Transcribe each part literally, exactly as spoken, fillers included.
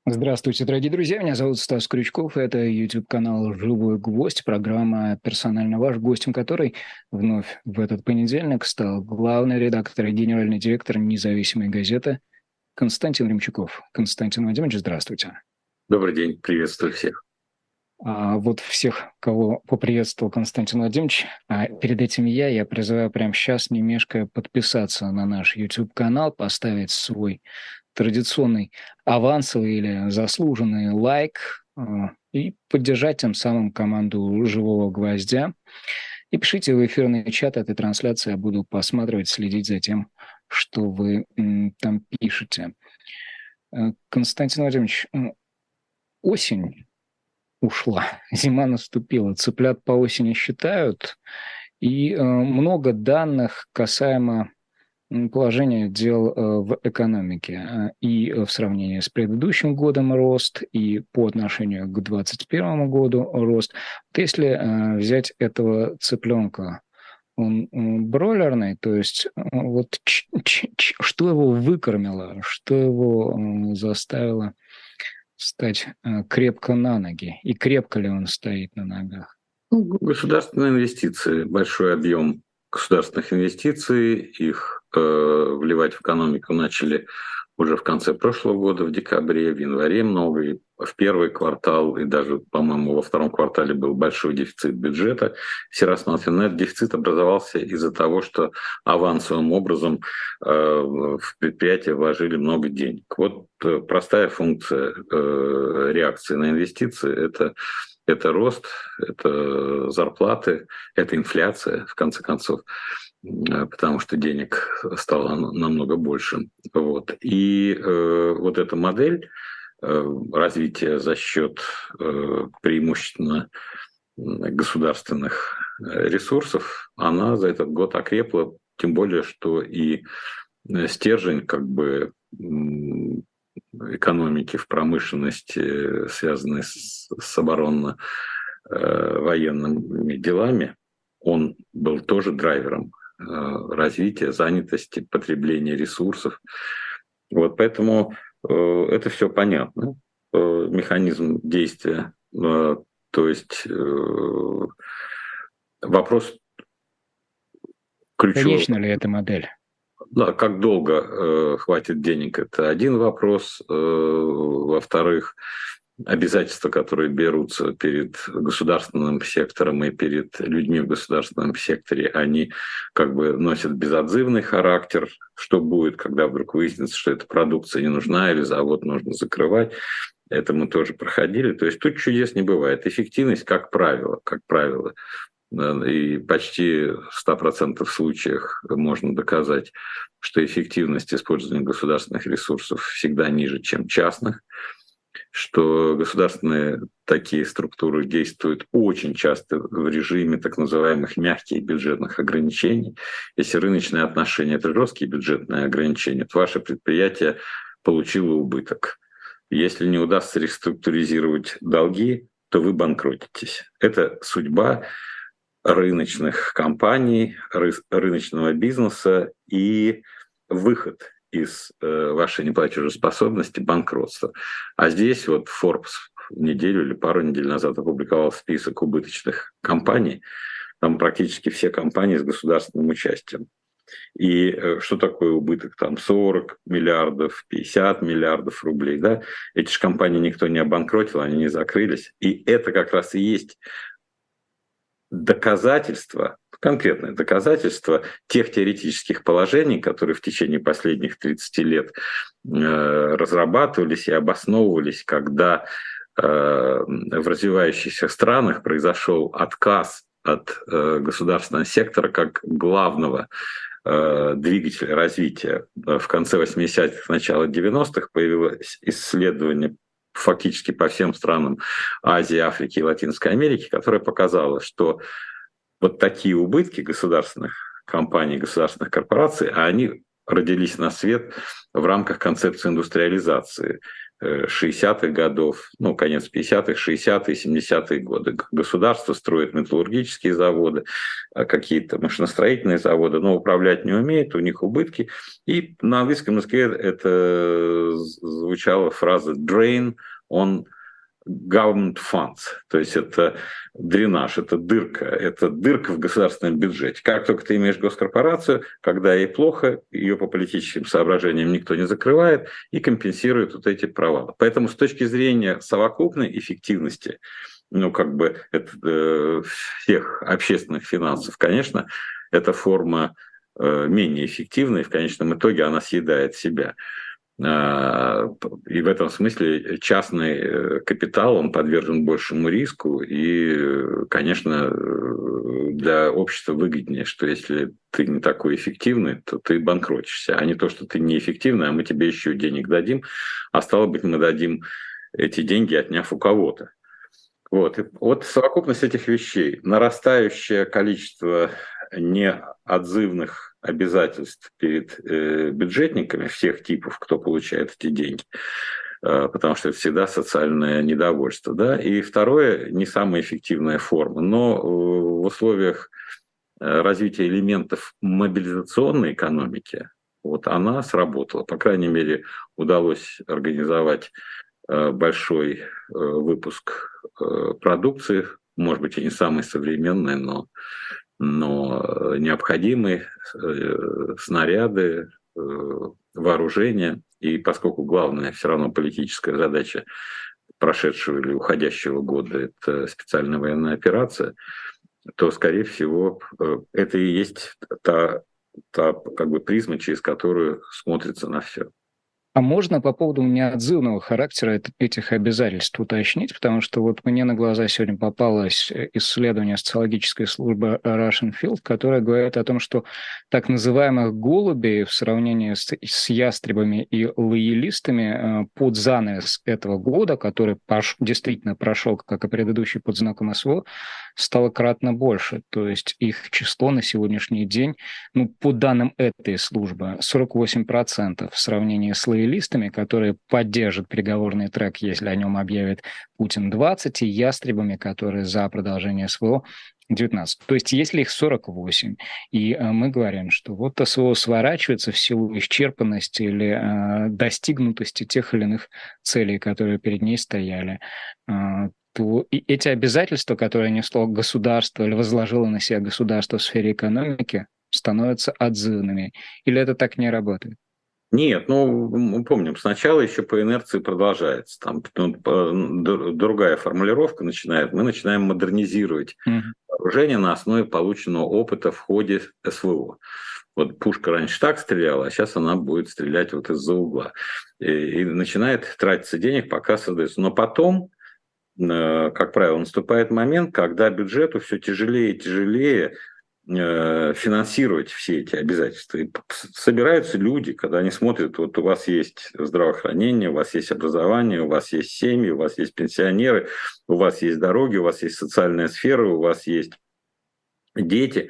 Здравствуйте, дорогие друзья. Меня зовут Стас Крючков. Это YouTube-канал «Живой гвоздь», программа «Персонально ваш», гостем которой вновь в этот понедельник стал главный редактор и генеральный директор независимой газеты Константин Римчаков. Константин Владимирович, здравствуйте. Добрый день, приветствую всех. А вот всех, кого поприветствовал Константин Владимирович, а перед этим я, я призываю прямо сейчас, не мешкая, подписаться на наш YouTube-канал, поставить свой традиционный авансовый или заслуженный лайк а, и поддержать тем самым команду «Живого гвоздя». И пишите в эфирный чат этой трансляции, я буду посматривать, следить за тем, что вы м, там пишете. Э, Константин Владимирович, м, осень ушла, зима наступила, цыплят по осени считают, и э, много данных касаемо м, положения дел э, в экономике. Э, И э, в сравнении с предыдущим годом рост, и по отношению к двадцать первому году рост. Вот если э, взять этого цыпленка, он м, бройлерный, то есть э, вот ч- ч- ч- что его выкормило, что его м, заставило встать э, крепко на ноги, и крепко ли он стоит на ногах? Ну, государственные инвестиции, большой объем государственных инвестиций, их э, вливать в экономику начали уже в конце прошлого года, в декабре, в январе много, и в первый квартал, и даже, по-моему, во втором квартале был большой дефицит бюджета. Все рассматривали, но этот дефицит образовался из-за того, что авансовым образом э, в предприятие вложили много денег. Вот э, простая функция э, реакции на инвестиции – это это рост, это зарплаты, это инфляция, в конце концов, э, потому что денег стало намного больше. Вот. И э, вот эта модель э, развития за счет э, преимущественно государственных э, ресурсов, она за этот год окрепла, тем более, что и э, стержень как бы экономики в промышленности, связанной с, с оборонно-военными делами, он был тоже драйвером развития, занятости, потребления ресурсов. Вот поэтому это все понятно. Механизм действия. То есть вопрос ключевой. Конечна ли эта модель? Да, как долго э, хватит денег, это один вопрос. Э, во-вторых, обязательства, которые берутся перед государственным сектором и перед людьми в государственном секторе, они как бы носят безотзывный характер. Что будет, когда вдруг выяснится, что эта продукция не нужна или завод нужно закрывать? Это мы тоже проходили. То есть тут чудес не бывает. Эффективность, как правило, как правило, и почти в ста процентах случаях можно доказать, что эффективность использования государственных ресурсов всегда ниже, чем частных, что государственные такие структуры действуют очень часто в режиме так называемых мягких бюджетных ограничений. Если рыночные отношения – это жесткие бюджетные ограничения, то ваше предприятие получило убыток. Если не удастся реструктуризировать долги, то вы банкротитесь. Это судьба рыночных компаний, рыночного бизнеса и выход из э, вашей неплатежеспособности, банкротства. А здесь вот Forbes неделю или пару недель назад опубликовал список убыточных компаний. Там практически все компании с государственным участием. И э, что такое убыток? Там сорок миллиардов, пятьдесят миллиардов рублей. Да? Эти же компании никто не обанкротил, они не закрылись. И это как раз и есть доказательства, конкретное доказательство тех теоретических положений, которые в течение последних тридцати лет э, разрабатывались и обосновывались, когда э, в развивающихся странах произошел отказ от э, государственного сектора как главного э, двигателя развития. В конце восьмидесятых, начало девяностых появилось исследование фактически по всем странам Азии, Африки и Латинской Америки, которая показала, что вот такие убытки государственных компаний, государственных корпораций, а они родились на свет в рамках концепции индустриализации шестидесятых годов, ну, конец пятидесятых, шестидесятые, семидесятые годы. Государство строит металлургические заводы, какие-то машиностроительные заводы, но управлять не умеет, у них убытки. И на английском языке это звучала фраза «drain on government funds», то есть это дренаж, это дырка, это дырка в государственном бюджете. Как только ты имеешь госкорпорацию, когда ей плохо, ее по политическим соображениям никто не закрывает и компенсирует вот эти провалы. Поэтому с точки зрения совокупной эффективности, ну, как бы это, э, всех общественных финансов, конечно, эта форма э, менее эффективна, и в конечном итоге она съедает себя. И в этом смысле частный капитал, он подвержен большему риску, и, конечно, для общества выгоднее, что если ты не такой эффективный, то ты банкротишься, а не то, что ты неэффективный, а мы тебе еще денег дадим, а стало быть, мы дадим эти деньги, отняв у кого-то. Вот. И вот совокупность этих вещей, нарастающее количество неотзывных обязательств перед э, бюджетниками всех типов, кто получает эти деньги, э, потому что это всегда социальное недовольство. Да? И второе, не самая эффективная форма, но э, в условиях э, развития элементов мобилизационной экономики, вот она сработала. По крайней мере, удалось организовать э, большой э, выпуск э, продукции, может быть, и не самый современный, но но необходимы снаряды, вооружение. И поскольку главная все равно политическая задача прошедшего или уходящего года – это специальная военная операция, то, скорее всего, это и есть та, та как бы призма, через которую смотрится на все. А можно по поводу неотзывного характера этих обязательств уточнить? Потому что вот мне на глаза сегодня попалось исследование социологической службы Russian Field, которое говорит о том, что так называемых голубей в сравнении с, с ястребами и лоялистами под занавес этого года, который пош, действительно прошел, как и предыдущий, под знаком СВО, стало кратно больше. То есть их число на сегодняшний день, ну, по данным этой службы, сорок восемь процентов в сравнении с лоялистами, листами, которые поддержат переговорный трек, если о нем объявит Путин, двадцать, и ястребами, которые за продолжение СВО, девятнадцать. То есть если их сорок восемь, и э, мы говорим, что вот СВО сворачивается в силу исчерпанности или э, достигнутости тех или иных целей, которые перед ней стояли, э, то и эти обязательства, которые несло государство или возложило на себя государство в сфере экономики, становятся отзывными. Или это так не работает? Нет, ну, мы помним, сначала еще по инерции продолжается. Там ну, другая формулировка начинает. Мы начинаем модернизировать mm-hmm. вооружение на основе полученного опыта в ходе СВО. Вот пушка раньше так стреляла, а сейчас она будет стрелять вот из-за угла. И, и начинает тратиться денег, пока создается. Но потом, как правило, наступает момент, когда бюджету все тяжелее и тяжелее финансировать все эти обязательства. И собираются люди, когда они смотрят, вот у вас есть здравоохранение, у вас есть образование, у вас есть семьи, у вас есть пенсионеры, у вас есть дороги, у вас есть социальная сфера, у вас есть дети,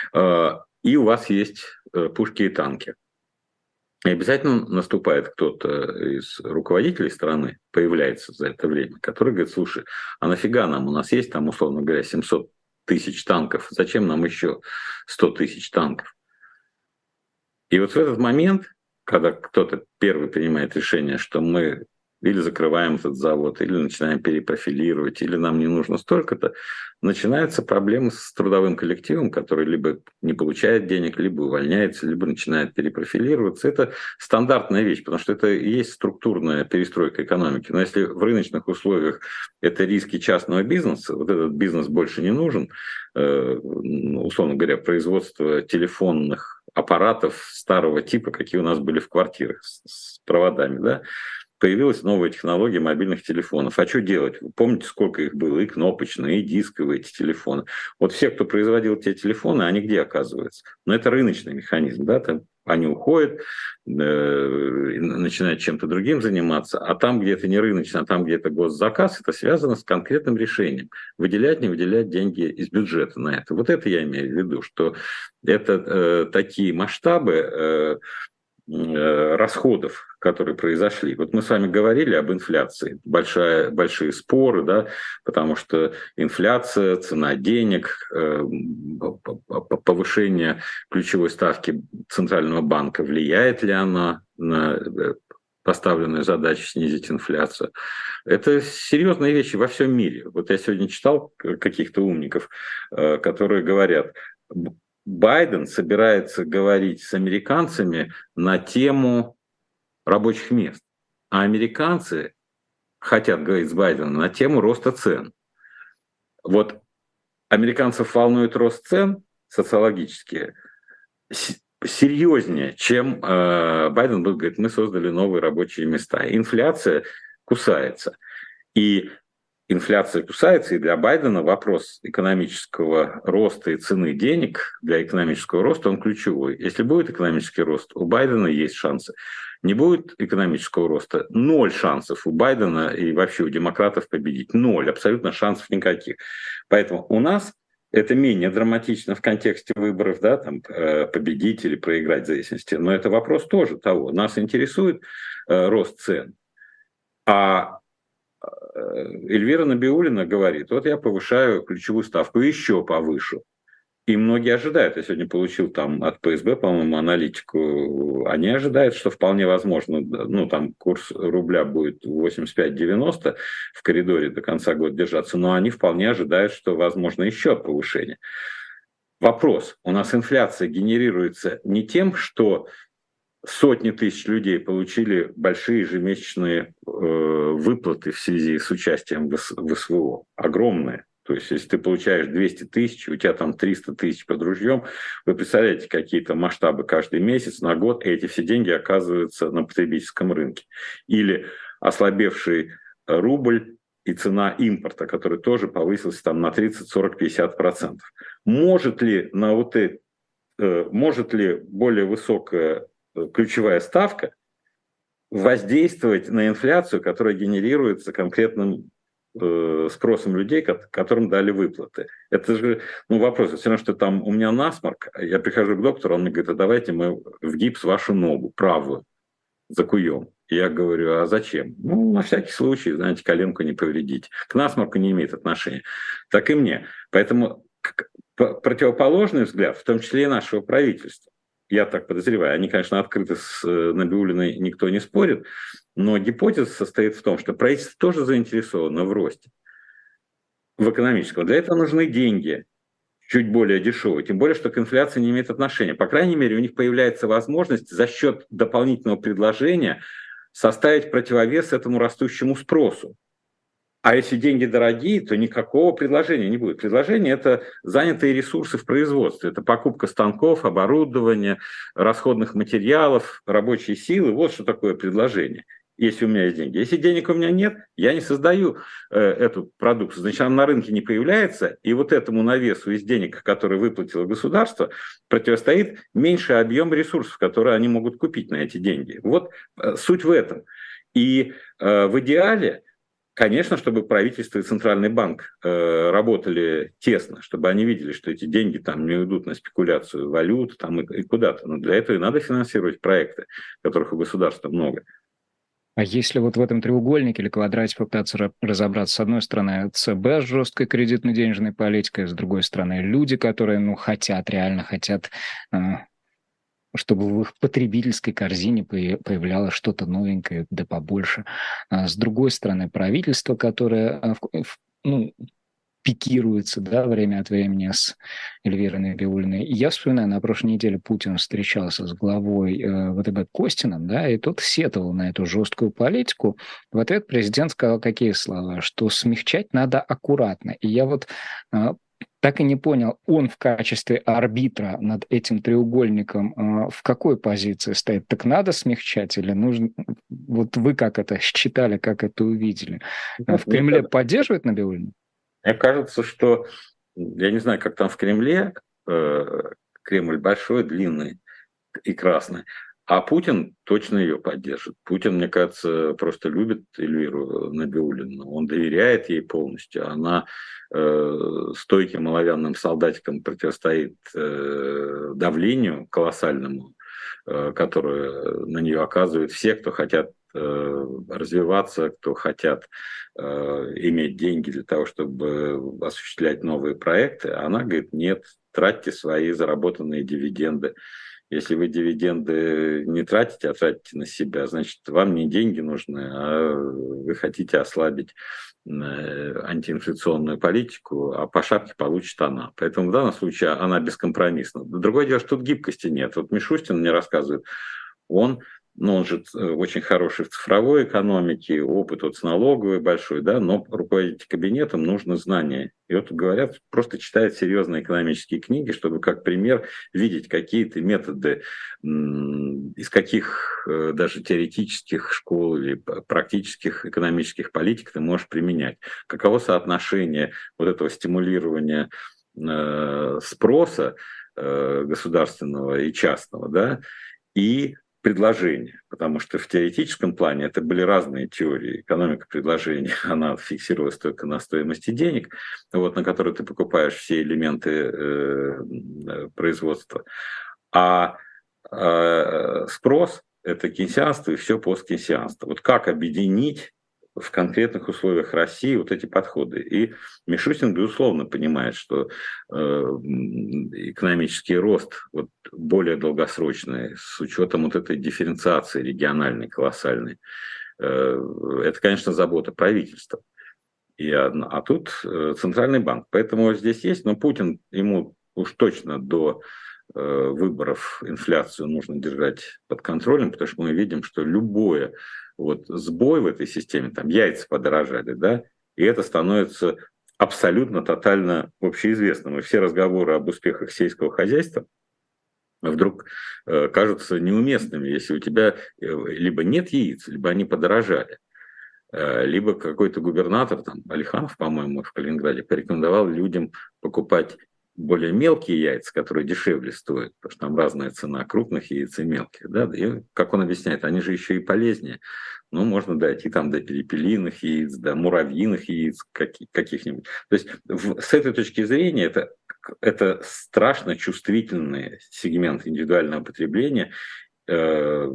и у вас есть пушки и танки. И обязательно наступает кто-то из руководителей страны, появляется за это время, который говорит: слушай, а нафига нам, у нас есть там, условно говоря, семьсот тысяч танков, зачем нам еще сто тысяч танков? И вот в этот момент, когда кто-то первый принимает решение, что мы или закрываем этот завод, или начинаем перепрофилировать, или нам не нужно столько-то, начинаются проблемы с трудовым коллективом, который либо не получает денег, либо увольняется, либо начинает перепрофилироваться. Это стандартная вещь, потому что это и есть структурная перестройка экономики. Но если в рыночных условиях это риски частного бизнеса, вот этот бизнес больше не нужен, условно говоря, производство телефонных аппаратов старого типа, какие у нас были в квартирах с проводами, да, появилась новая технология мобильных телефонов. А что делать? Вы помните, сколько их было? И кнопочные, и дисковые эти телефоны. Вот все, кто производил те телефоны, они где оказываются? Но это рыночный механизм. Да? Там они уходят, э, начинают чем-то другим заниматься. А там, где это не рыночный, а там, где это госзаказ, это связано с конкретным решением. Выделять, не выделять деньги из бюджета на это. Вот это я имею в виду, что это э, такие масштабы, э, расходов, которые произошли. Вот мы с вами говорили об инфляции, большая, большие споры, да, потому что инфляция, цена денег, повышение ключевой ставки Центрального банка, влияет ли она на поставленную задачу снизить инфляцию. Это серьезные вещи во всем мире. Вот я сегодня читал каких-то умников, которые говорят, Байден собирается говорить с американцами на тему рабочих мест, а американцы хотят говорить с Байденом на тему роста цен. Вот американцев волнует рост цен социологически серьезнее, чем э, Байден будет говорить, мы создали новые рабочие места. Инфляция кусается. И инфляция кусается, и для Байдена вопрос экономического роста и цены денег для экономического роста, он ключевой. Если будет экономический рост, у Байдена есть шансы. Не будет экономического роста, ноль шансов у Байдена и вообще у демократов победить. Ноль, абсолютно шансов никаких. Поэтому у нас это менее драматично в контексте выборов, да, там, победить или проиграть в зависимости. Но это вопрос тоже того. Нас интересует э, рост цен. А Эльвира Набиуллина говорит, вот я повышаю ключевую ставку, еще повышу. И многие ожидают, я сегодня получил там от ПСБ, по-моему, аналитику, они ожидают, что вполне возможно, ну там курс рубля будет восемьдесят пять девяносто в коридоре до конца года держаться, но они вполне ожидают, что возможно еще повышение. Вопрос, у нас инфляция генерируется не тем, что сотни тысяч людей получили большие ежемесячные э, выплаты в связи с участием в СВО, огромные. То есть, если ты получаешь двести тысяч, у тебя там триста тысяч под ружьем, вы представляете, какие-то масштабы каждый месяц, на год, и эти все деньги оказываются на потребительском рынке. Или ослабевший рубль и цена импорта, которая тоже повысилась там на тридцать, сорок, пятьдесят процентов. Может ли, на вот это, может ли более высокая ключевая ставка воздействовать на инфляцию, которая генерируется конкретным э, спросом людей, которым дали выплаты? Это же ну, вопрос. Все равно, что там у меня насморк, я прихожу к доктору, он мне говорит, а давайте мы в гипс вашу ногу, правую, закуем. Я говорю, а зачем? Ну, на всякий случай, знаете, коленку не повредить. К насморку не имеет отношения. Так и мне. Поэтому противоположный взгляд, в том числе и нашего правительства, я так подозреваю, они, конечно, открыто с Набиуллиной никто не спорит, но гипотеза состоит в том, что правительство тоже заинтересовано в росте, в экономическом. Для этого нужны деньги, чуть более дешевые, тем более, что к инфляции не имеет отношения. По крайней мере, у них появляется возможность за счет дополнительного предложения составить противовес этому растущему спросу. А если деньги дорогие, то никакого предложения не будет. Предложение – это занятые ресурсы в производстве. Это покупка станков, оборудования, расходных материалов, рабочей силы. Вот что такое предложение, если у меня есть деньги. Если денег у меня нет, я не создаю э, эту продукцию. Значит, она на рынке не появляется, и вот этому навесу из денег, который выплатило государство, противостоит меньший объем ресурсов, которые они могут купить на эти деньги. Вот э, суть в этом. И э, в идеале, конечно, чтобы правительство и Центральный банк э, работали тесно, чтобы они видели, что эти деньги там не уйдут на спекуляцию валют там, и, и куда-то. Но для этого и надо финансировать проекты, которых у государства много. А если вот в этом треугольнике или квадрате попытаться разобраться, с одной стороны, ЦБ с жесткой кредитно-денежной политикой, с другой стороны, люди, которые, ну, хотят, реально хотят, чтобы в их потребительской корзине появлялось что-то новенькое, да побольше. А с другой стороны, правительство, которое, ну, пикируется, да, время от времени с Эльвирой Набиуллиной. И я вспоминаю, на прошлой неделе Путин встречался с главой э, ВТБ Костиным, да, и тот сетовал на эту жесткую политику. В ответ президент сказал какие слова? Что смягчать надо аккуратно. И я вот э, так и не понял, он в качестве арбитра над этим треугольником э, в какой позиции стоит? Так надо смягчать или нужно... Вот вы как это считали, как это увидели? В Кремле поддерживает Набиуллину? Мне кажется, что, я не знаю, как там в Кремле, э, Кремль большой, длинный и красный, а Путин точно ее поддержит. Путин, мне кажется, просто любит Эльвиру Набиуллину, он доверяет ей полностью, она э, стойким оловянным солдатиком противостоит э, давлению колоссальному которую на нее оказывают все, кто хотят развиваться, кто хотят иметь деньги для того, чтобы осуществлять новые проекты. Она говорит, нет, тратьте свои заработанные дивиденды. Если вы дивиденды не тратите, а тратите на себя, значит, вам не деньги нужны, а вы хотите ослабить антиинфляционную политику, а по шапке получит она. Поэтому в данном случае она бескомпромиссна. Другое дело, что тут гибкости нет. Вот Мишустин мне рассказывает, он, ну, он же очень хороший в цифровой экономике, опыт вот с налоговой большой, да, но руководить кабинетом нужно знание. И вот говорят, просто читает серьезные экономические книги, чтобы как пример видеть какие-то методы, из каких даже теоретических школ или практических экономических политик ты можешь применять. Каково соотношение вот этого стимулирования спроса государственного и частного, да, и предложения, потому что в теоретическом плане это были разные теории. Экономика предложения, она фиксировалась только на стоимости денег, вот, на которые ты покупаешь все элементы э, производства. А э, спрос – это кейнсианство и все посткейнсианство. Вот как объединить в конкретных условиях России вот эти подходы. И Мишустин, безусловно, понимает, что э, экономический рост вот, более долгосрочный, с учетом вот этой дифференциации региональной, колоссальной, э, это, конечно, забота правительства. И, а, а тут э, Центральный банк. Поэтому здесь есть, но Путин, ему уж точно до э, выборов инфляцию нужно держать под контролем, потому что мы видим, что любое вот сбой в этой системе, там яйца подорожали, да, и это становится абсолютно тотально общеизвестным. И все разговоры об успехах сельского хозяйства вдруг э, кажутся неуместными, если у тебя либо нет яиц, либо они подорожали. Э, либо какой-то губернатор, там, Алиханов, по-моему, в Калининграде, порекомендовал людям покупать более мелкие яйца, которые дешевле стоят, потому что там разная цена крупных яиц и мелких. Да? И, как он объясняет, они же еще и полезнее. Ну, можно дойти там до перепелиных яиц, до муравьиных яиц каких-нибудь. То есть в, с этой точки зрения это, это страшно чувствительный сегмент индивидуального потребления э,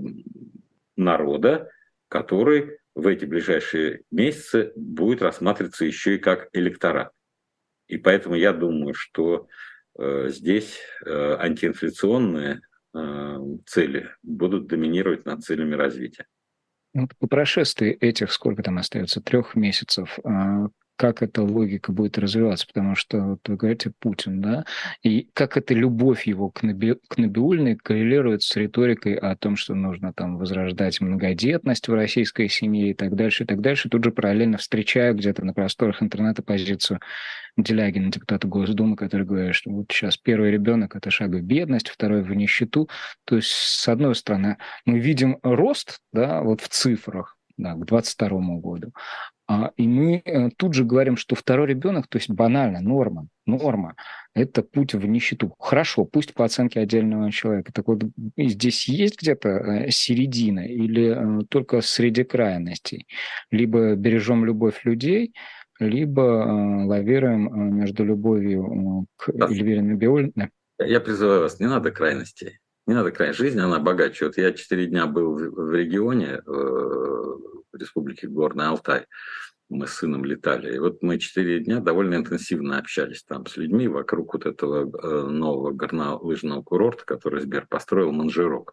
народа, который в эти ближайшие месяцы будет рассматриваться еще и как электорат. И поэтому я думаю, что э, здесь э, антиинфляционные э, цели будут доминировать над целями развития. Вот по прошествии этих, сколько там остается, трех месяцев, а, как эта логика будет развиваться? Потому что, вот вы говорите, Путин, да, и как эта любовь его к, Наби, к Набиуллиной коррелирует с риторикой о том, что нужно там возрождать многодетность в российской семье и так дальше, и так дальше. Тут же параллельно встречаю где-то на просторах интернета позицию Делягина, депутата Госдумы, который говорит, что вот сейчас первый ребенок – это шаг в бедность, второй – в нищету. То есть, с одной стороны, мы видим рост, да, вот в цифрах, да, к двадцать второму году, а, и мы э, тут же говорим, что второй ребенок, то есть банально, норма, норма, это путь в нищету. Хорошо, пусть по оценке отдельного человека. Так вот, здесь есть где-то э, середина или э, только среди крайностей? Либо бережем любовь людей, либо э, лавируем э, между любовью э, к Эльвире Набиуллиной. Я призываю вас, не надо крайностей. Не надо крайностей. Жизнь, она богаче. Вот я четыре дня был в, в регионе, э, в Республике Горный Алтай. Мы с сыном летали. И вот мы четыре дня довольно интенсивно общались там с людьми вокруг вот этого э, нового горнолыжного курорта, который Сбер построил, Манжирок.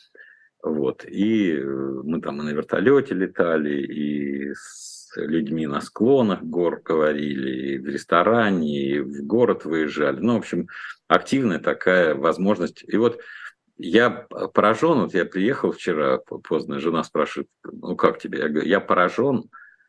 Вот. И мы там и на вертолете летали, и с людьми на склонах гор говорили, и в ресторане, и в город выезжали. Ну, в общем, активная такая возможность. И вот я поражен, вот я приехал вчера поздно, жена спрашивает, ну как тебе? Я говорю, я поражен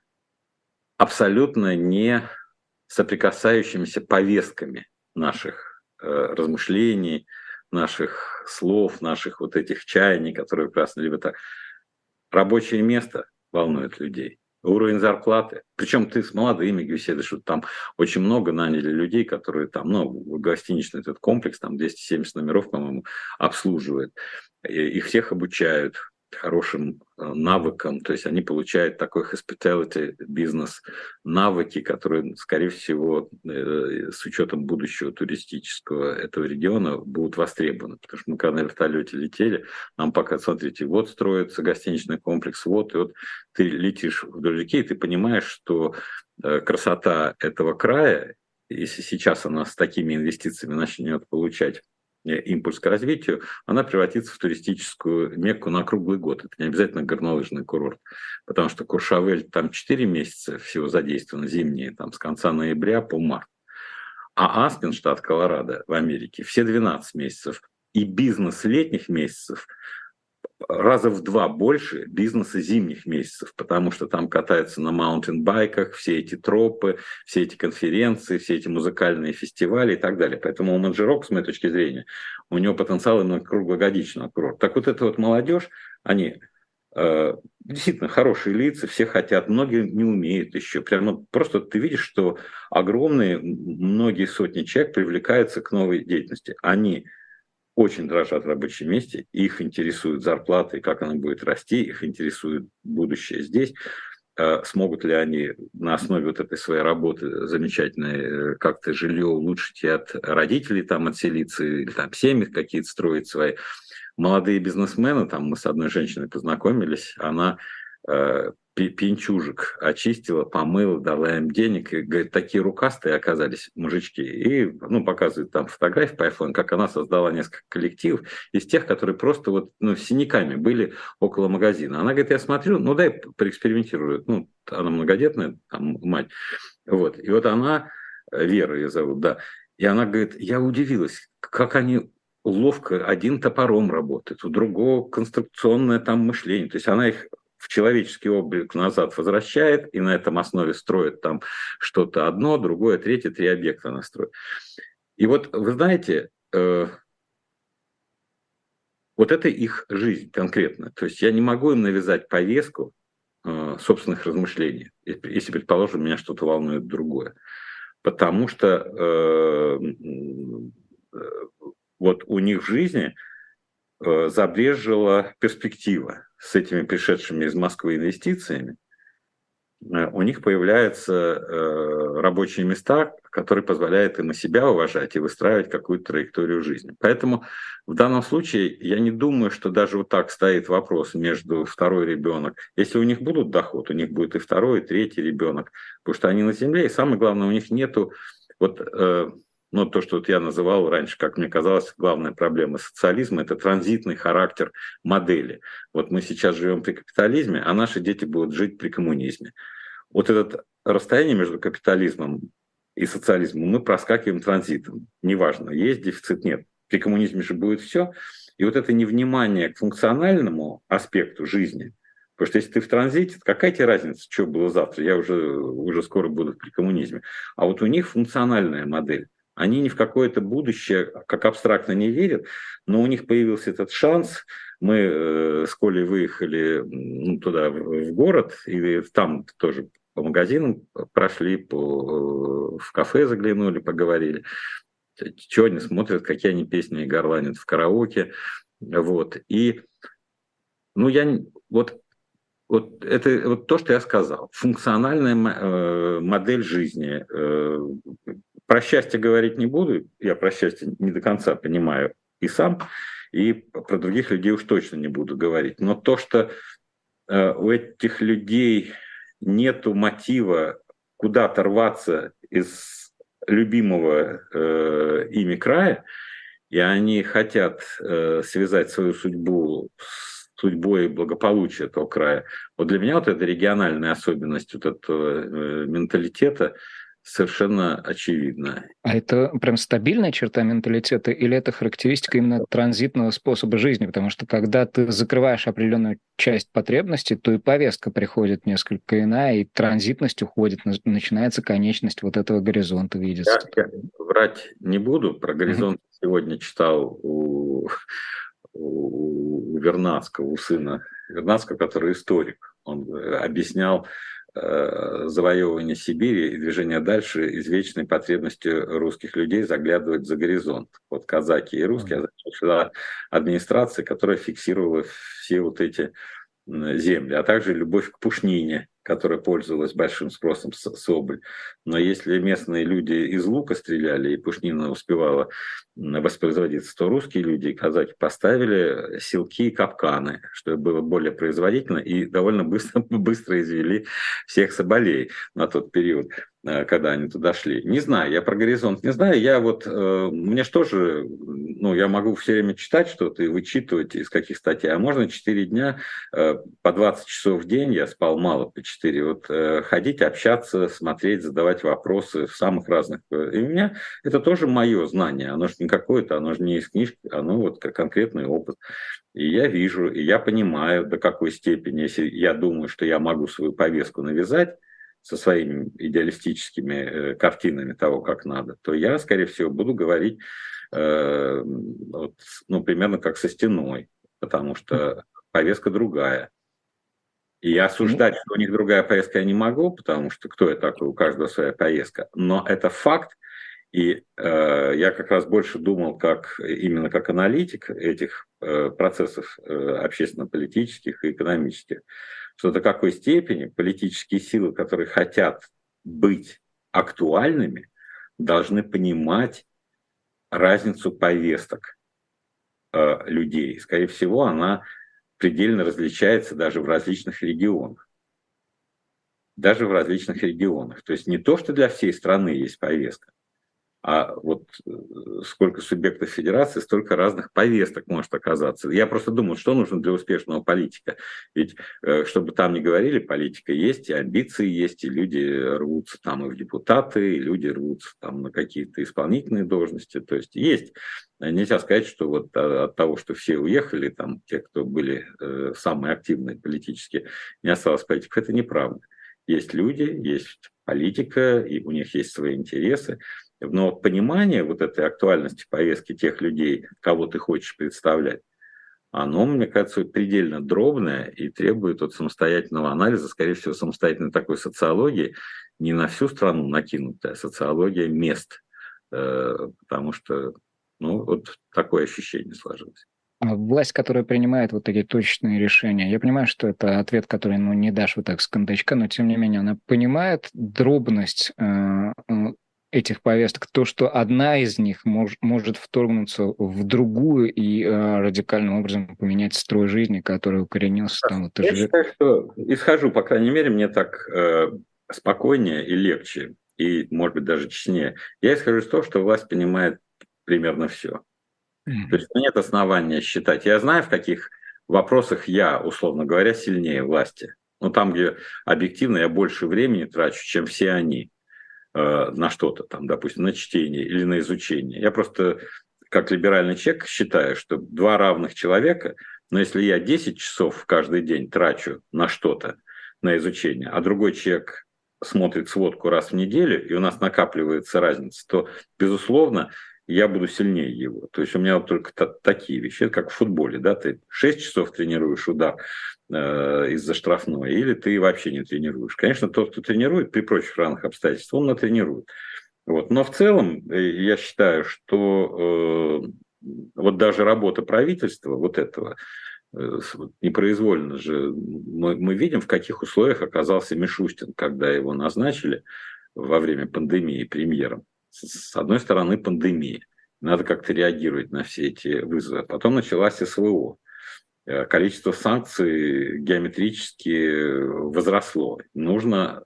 абсолютно не соприкасающимися повестками наших э, размышлений, наших слов, наших вот этих чаяний, которые прекрасно либо так. Рабочее место волнует людей, уровень зарплаты. Причем ты с молодыми беседуешь, что там очень много наняли людей, которые там, ну, гостиничный этот комплекс, там двести семьдесят номеров, по-моему, обслуживает. Их всех обучают. хорошим навыкам, то есть они получают такой hospitality бизнес навыки, которые, скорее всего, с учетом будущего туристического этого региона будут востребованы. Потому что мы когда на вертолете летели, нам пока, смотрите, вот строится гостиничный комплекс, вот, и вот ты летишь вдоль реки, и ты понимаешь, что красота этого края, если сейчас она с такими инвестициями начнет получать импульс к развитию, она превратится в туристическую Мекку на круглый год. Это не обязательно горнолыжный курорт, потому что Куршавель там четыре месяца всего задействовано, зимние, там с конца ноября по март. А Аспен, штат Колорадо в Америке, все двенадцать месяцев. И бизнес летних месяцев раза в два больше бизнеса зимних месяцев, потому что там катаются на маунтинбайках, все эти тропы, все эти конференции, все эти музыкальные фестивали и так далее. Поэтому у Манджирок, с моей точки зрения, у него потенциал именно круглогодичного курорта. Так вот эта вот молодежь, они э, действительно хорошие лица, все хотят, многие не умеют еще. Прямо просто ты видишь, что огромные, многие сотни человек привлекаются к новой деятельности. Они очень дрожат в рабочем месте, их интересует зарплата и как она будет расти, их интересует будущее здесь. Смогут ли они на основе вот этой своей работы замечательной как-то жилье улучшить и от родителей там отселиться, или там семьи какие-то строить свои. Молодые бизнесмены, там мы с одной женщиной познакомились, она пьянчужек очистила, помыла, дала им денег, и, говорит, такие рукастые оказались мужички. И, ну, показывает там фотографии по айфону, как она создала несколько коллективов из тех, которые просто вот, ну, с синяками были около магазина. Она говорит, я смотрю, ну, дай проэкспериментирую. Ну, она многодетная, там, мать. Вот. И вот она, Вера ее зовут, да, и она говорит, я удивилась, как они ловко, один топором работает, у другого конструкционное там мышление. То есть она их в человеческий облик назад возвращает, и на этом основе строит там что-то одно, другое, третье, три объекта она строит. И вот, вы знаете, э, вот это их жизнь конкретно. То есть я не могу им навязать повестку э, собственных размышлений, если, предположим, меня что-то волнует другое. Потому что э, э, вот у них в жизни э, забрежила перспектива с этими пришедшими из Москвы инвестициями. У них появляются э, рабочие места, которые позволяют им и себя уважать, и выстраивать какую-то траекторию жизни. Поэтому в данном случае я не думаю, что даже вот так стоит вопрос между второй ребенок. Если у них будут доход, у них будет и второй, и третий ребенок, потому что они на земле, и самое главное, у них нету вот... Э, ну, то, что вот я называл раньше, как мне казалось, главная проблема социализма – это транзитный характер модели. Вот мы сейчас живем при капитализме, а наши дети будут жить при коммунизме. Вот это расстояние между капитализмом и социализмом мы проскакиваем транзитом. Неважно, есть дефицит, нет. При коммунизме же будет все. И вот это невнимание к функциональному аспекту жизни, потому что если ты в транзите, какая тебе разница, что было завтра? Я уже, уже скоро буду при коммунизме. А вот у них функциональная модель. Они ни в какое-то будущее, как абстрактно, не верят, но у них появился этот шанс. Мы э, с Колей выехали ну, туда, в город, и там тоже по магазинам прошли, по, в кафе заглянули, поговорили. Что они смотрят, какие они песни горланят в караоке. Вот. И, ну, я... Вот, вот это вот то, что я сказал. Функциональная э, модель жизни. Э, Про счастье говорить не буду, я про счастье не до конца понимаю и сам, и про других людей уж точно не буду говорить. Но то, что э, у этих людей нету мотива куда-то рваться из любимого э, ими края, и они хотят э, связать свою судьбу с судьбой и благополучием этого края. Вот для меня вот эта региональная особенность вот этого э, менталитета совершенно очевидно. А это прям стабильная черта менталитета или это характеристика именно транзитного способа жизни? Потому что когда ты закрываешь определенную часть потребностей, то и повестка приходит несколько иная, и транзитность уходит, начинается конечность вот этого горизонта видеться. Я, я врать не буду. Про горизонт mm-hmm. сегодня читал у, у Вернадского, у сына Вернадского, который историк. Он объяснял э, завоевывания Сибири и движения дальше извечной потребностью русских людей заглядывать за горизонт. Вот казаки и русские, а затем шла администрация, которая фиксировала все вот эти земли, а также любовь к пушнине, которая пользовалась большим спросом, соболь. Но если местные люди из лука стреляли, и пушнина успевала воспроизводиться, то русские люди и казаки поставили селки и капканы, чтобы было более производительно, и довольно быстро, быстро извели всех соболей на тот период, когда они туда шли. Не знаю, я про горизонт не знаю. Я вот, э, мне же тоже, ну, я могу все время читать что-то и вычитывать из каких статей, а можно четыре дня, э, по двадцать часов в день, я спал мало по четыре, вот, э, ходить, общаться, смотреть, задавать вопросы в самых разных. И у меня это тоже мое знание, оно же не какое-то, оно же не из книжки, оно вот как конкретный опыт. И я вижу, и я понимаю, до какой степени, если я думаю, что я могу свою повестку навязать, со своими идеалистическими э, картинами того, как надо, то я, скорее всего, буду говорить э, вот, ну, примерно как со стеной, потому что повестка другая. И осуждать, что у них другая повестка, я не могу, потому что кто я такой, у каждого своя повестка. Но это факт, и э, я как раз больше думал как, именно как аналитик этих э, процессов э, общественно-политических и экономических, что до какой степени политические силы, которые хотят быть актуальными, должны понимать разницу повесток э, людей. Скорее всего, она предельно различается даже в различных регионах. Даже в различных регионах. То есть не то, что для всей страны есть повестка, а вот сколько субъектов федерации, столько разных повесток может оказаться. Я просто думаю, что нужно для успешного политика. Ведь, чтобы там не говорили, политика есть, и амбиции есть, и люди рвутся там и в депутаты, и люди рвутся там на какие-то исполнительные должности. То есть есть. Нельзя сказать, что вот от того, что все уехали, там те, кто были самые активные политически, не осталось политиков. Это неправда. Есть люди, есть политика, и у них есть свои интересы. Но понимание вот этой актуальности повестки тех людей, кого ты хочешь представлять, оно, мне кажется, предельно дробное и требует от самостоятельного анализа, скорее всего, самостоятельной такой социологии, не на всю страну накинутая, а социология мест, потому что, ну, вот такое ощущение сложилось. Власть, которая принимает вот такие точечные решения, я понимаю, что это ответ, который, ну, не дашь вот так с кондачка, но тем не менее она понимает дробность э, этих повесток, то, что одна из них мож, может вторгнуться в другую и э, радикальным образом поменять строй жизни, который укоренился там. Вот, Я же... считаю, что исхожу, по крайней мере, мне так э, спокойнее и легче, и, может быть, даже честнее. Я исхожу из того, что власть понимает примерно все. То есть нет основания считать. Я знаю, в каких вопросах я, условно говоря, сильнее власти. Ну, там, где объективно я больше времени трачу, чем все они э, на что-то, там, допустим, на чтение или на изучение. Я просто, как либеральный человек, считаю, что два равных человека, но если я десять часов каждый день трачу на что-то, на изучение, а другой человек смотрит сводку раз в неделю, и у нас накапливается разница, то, безусловно, я буду сильнее его. То есть у меня вот только та- такие вещи. Это как в футболе, да, ты шесть часов тренируешь удар э, из-за штрафной, или ты вообще не тренируешь. Конечно, тот, кто тренирует при прочих равных обстоятельствах, он натренирует. Вот. Но в целом я считаю, что э, вот даже работа правительства вот этого, э, непроизвольно же, мы, мы видим, в каких условиях оказался Мишустин, когда его назначили во время пандемии премьером. С одной стороны, пандемия. Надо как-то реагировать на все эти вызовы. Потом началась СВО. Количество санкций геометрически возросло. Нужно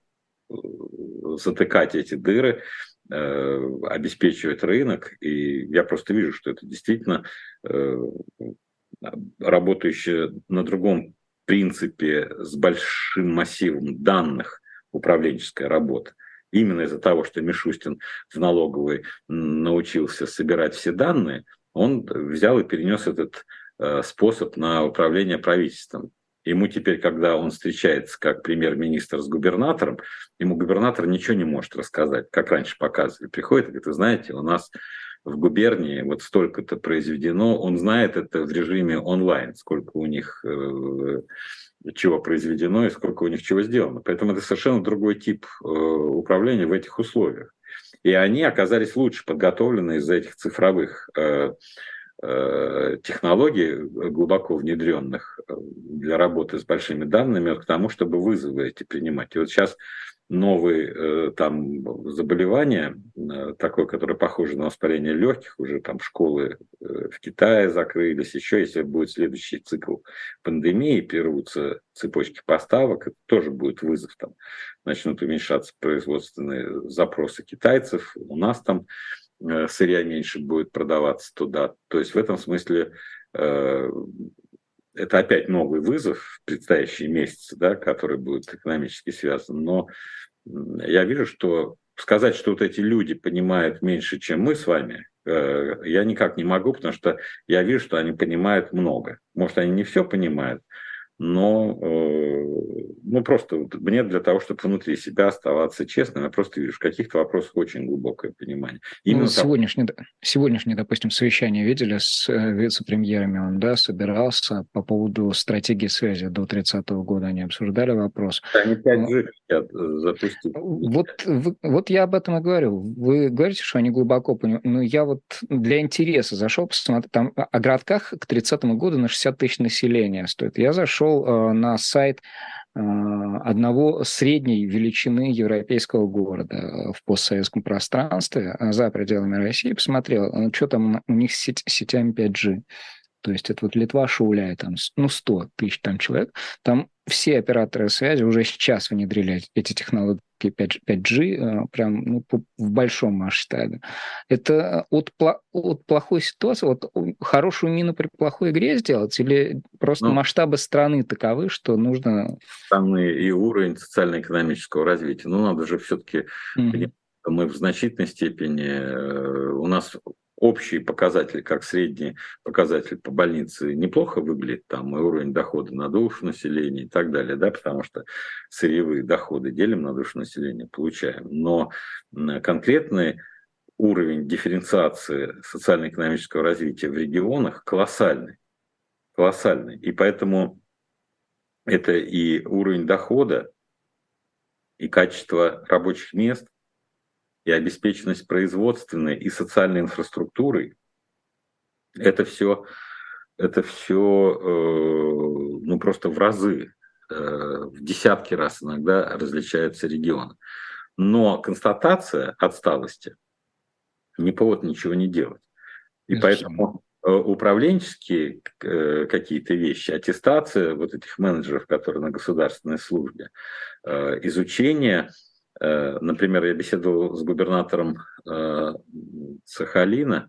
затыкать эти дыры, обеспечивать рынок. И я просто вижу, что это действительно работающая на другом принципе с большим массивом данных управленческая работа. Именно из-за того, что Мишустин в налоговой научился собирать все данные, он взял и перенес этот э, способ на управление правительством. Ему теперь, когда он встречается как премьер-министр с губернатором, ему губернатор ничего не может рассказать, как раньше показывали. Приходит и говорит, вы знаете, у нас в губернии вот столько-то произведено, он знает это в режиме онлайн, сколько у них э, чего произведено и сколько у них чего сделано. Поэтому это совершенно другой тип э, управления в этих условиях. И они оказались лучше подготовлены из-за этих цифровых э, э, технологий, глубоко внедренных для работы с большими данными, к тому, чтобы вызовы эти принимать. И вот сейчас новые э, там заболевания, э, такое, которое похоже на воспаление легких, уже там школы э, в Китае закрылись, еще если будет следующий цикл пандемии, прервутся цепочки поставок, это тоже будет вызов, там начнут уменьшаться производственные запросы китайцев, у нас там э, сырья меньше будет продаваться туда. То есть в этом смысле э, это опять новый вызов в предстоящие месяцы, да, который будет экономически связан. Но я вижу, что сказать, что вот эти люди понимают меньше, чем мы с вами, я никак не могу, потому что я вижу, что они понимают много. Может, они не все понимают, но ну, просто вот мне для того, чтобы внутри себя оставаться честным, я просто вижу, в каких-то вопросах очень глубокое понимание. Ну, Именно того. сегодняшнее, сегодняшнее, допустим, совещание видели с э, вице-премьерами, он, да, собирался по поводу стратегии связи до тридцатого года, они обсуждали вопрос. Они пять Ну, джи хотят запустить. Вот, вы- вот я об этом и говорю. Вы говорите, что они глубоко понимают. Но я вот для интереса зашел, посмотрел, там о о городках к тридцатому году на шестьдесят тысяч населения стоит. Я зашел э, на сайт э, одного средней величины европейского города э, в постсоветском пространстве э, за пределами России, посмотрел, э, что там у них с сеть- сетями пять джи. То есть это вот Литва, Шауляй, там, с- ну, сто тысяч там человек. Там все операторы связи уже сейчас внедрили эти технологии пять джи, пять джи э, прям ну, по- в большом масштабе. Это от, пла- от плохой ситуации, вот у- хорошую мину при плохой игре сделать или просто Ну, масштабы страны таковы, что нужно... там и, и уровень социально-экономического развития. Ну, надо же все-таки Мгм. понимать, что мы в значительной степени, э, у нас общие показатели, как средний показатель по больнице, неплохо выглядит, там и уровень дохода на душу населения и так далее, да, потому что сырьевые доходы делим на душу населения, получаем. Но м, конкретный уровень дифференциации социально-экономического развития в регионах колоссальный, колоссальный. И поэтому это и уровень дохода, и качество рабочих мест, и обеспеченность производственной и социальной инфраструктурой, это все, это все э, ну, просто в разы, э, в десятки раз иногда различаются регионы. Но констатация отсталости не повод ничего не делать. И Безусловно. поэтому э, управленческие э, какие-то вещи, аттестация вот этих менеджеров, которые на государственной службе, э, изучение, э, например, я беседовал с губернатором э, Сахалина,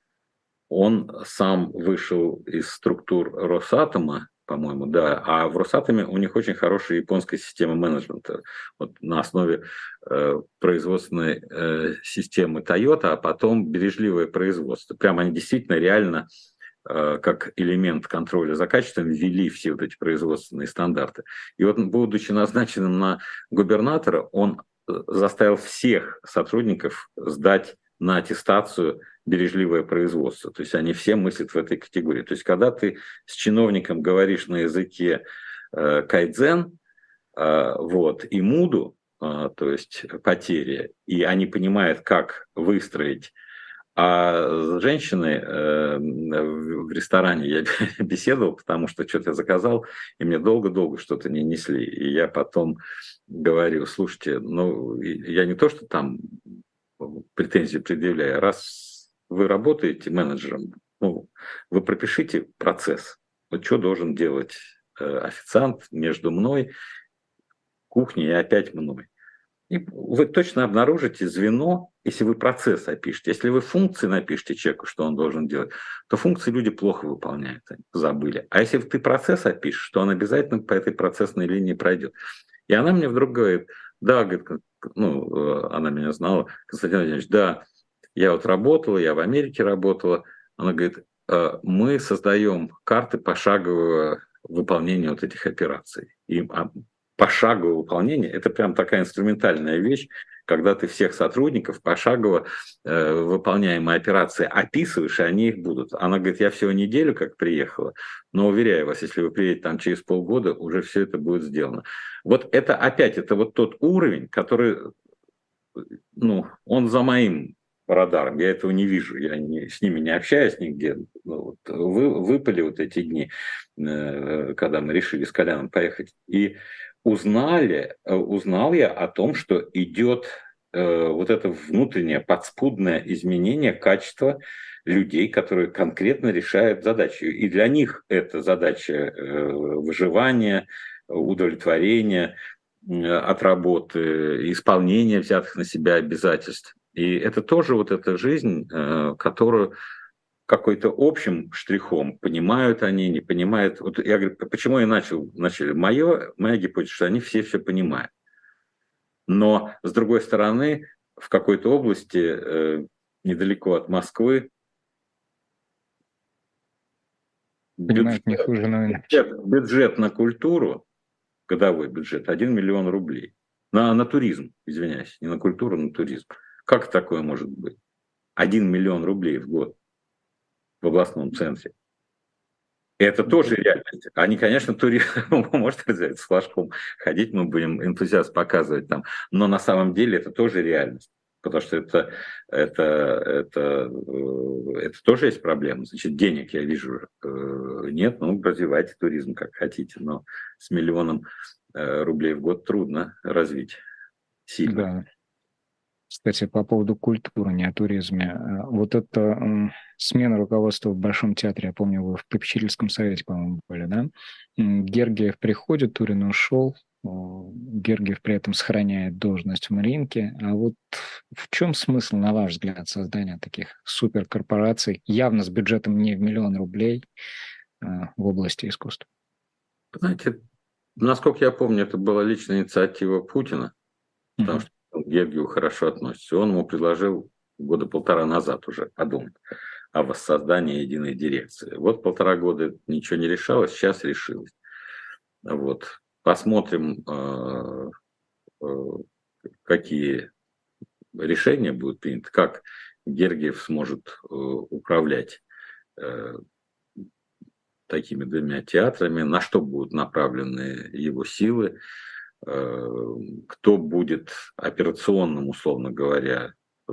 он сам вышел из структур Росатома, по-моему, да, а в Росатоме у них очень хорошая японская система менеджмента, вот на основе э, производственной э, системы Toyota, а потом бережливое производство. Прямо они действительно реально э, как элемент контроля за качеством ввели все вот эти производственные стандарты. И вот, будучи назначенным на губернатора, он э, заставил всех сотрудников сдать на аттестацию бережливое производство. То есть они все мыслят в этой категории. То есть когда ты с чиновником говоришь на языке э, кайдзен, э, вот, и муду, э, то есть потери, и они понимают, как выстроить. А с женщиной э, в ресторане я беседовал, потому что что-то я заказал, и мне долго-долго что-то не несли. И я потом говорю, слушайте, ну, я не то, что там претензии предъявляю, раз вы работаете менеджером, ну, вы пропишите процесс. Вот что должен делать э, официант между мной, кухней и опять мной. И вы точно обнаружите звено, если вы процесс опишете. Если вы функции напишите человеку, что он должен делать, то функции люди плохо выполняют, они забыли. А если ты процесс опишешь, то он обязательно по этой процессной линии пройдет. И она мне вдруг говорит, да, говорит, ну, э, она меня знала, Константин Владимирович, да, я вот работала, я в Америке работала. Она говорит, «Э, мы создаем карты пошагового выполнения вот этих операций. И а, пошаговое выполнение – это прям такая инструментальная вещь. когда ты всех сотрудников пошагово э, выполняемые операции описываешь, и они их будут. Она говорит, я всего неделю как приехала, но уверяю вас, если вы приедете там через полгода, уже все это будет сделано. Вот это опять, это вот тот уровень, который, ну, он за моим радаром, я этого не вижу, я не, с ними не общаюсь нигде. Ну, вот, вы, выпали вот эти дни, э, когда мы решили с Коляном поехать, и узнали, э, узнал я о том, что идет э, вот это внутреннее подспудное изменение качества людей, которые конкретно решают задачи. И для них это задача э, выживания, удовлетворения э, от работы, исполнения взятых на себя обязательств. И это тоже вот эта жизнь, э, которую какой-то общим штрихом понимают они, не понимают. Вот я говорю, почему я начал вначале? Мое, моя гипотеза, что они все все понимают. Но, с другой стороны, в какой-то области, э, недалеко от Москвы, Понимают бюджет, не хуже, но иначе. бюджет, бюджет на культуру, годовой бюджет, один миллион рублей. На, на туризм, извиняюсь, не на культуру, на туризм. Как такое может быть? Один миллион рублей в год в областном центре. Это тоже реальность. Они, конечно, туристы, может с флажком ходить, мы будем энтузиаст показывать там, но на самом деле это тоже реальность. Потому что это, это, это, э, это тоже есть проблема. Значит, денег, я вижу, э, нет, ну, развивайте туризм как хотите, но с миллионом э, рублей в год трудно развить сильно. Да. Кстати, по поводу культуры, не о туризме. А Вот это м, смена руководства в Большом театре, я помню, вы в попечительском совете, по-моему, были, да? М, Гергиев приходит, Турин ушел, о, Гергиев при этом сохраняет должность в Мариинке. А вот в чем смысл, на ваш взгляд, создания таких суперкорпораций, явно с бюджетом не в миллион рублей, а, в области искусства? Знаете, насколько я помню, это была личная инициатива Путина, потому Мгм. что он к Гергиеву хорошо относится. Он ему предложил года полтора назад уже подумать о воссоздании единой дирекции. Вот полтора года ничего не решалось, сейчас решилось. Вот. Посмотрим, э, э, какие решения будут приняты, как Гергиев сможет э, управлять э, такими двумя театрами, на что будут направлены его силы, э, кто будет операционным, условно говоря, э,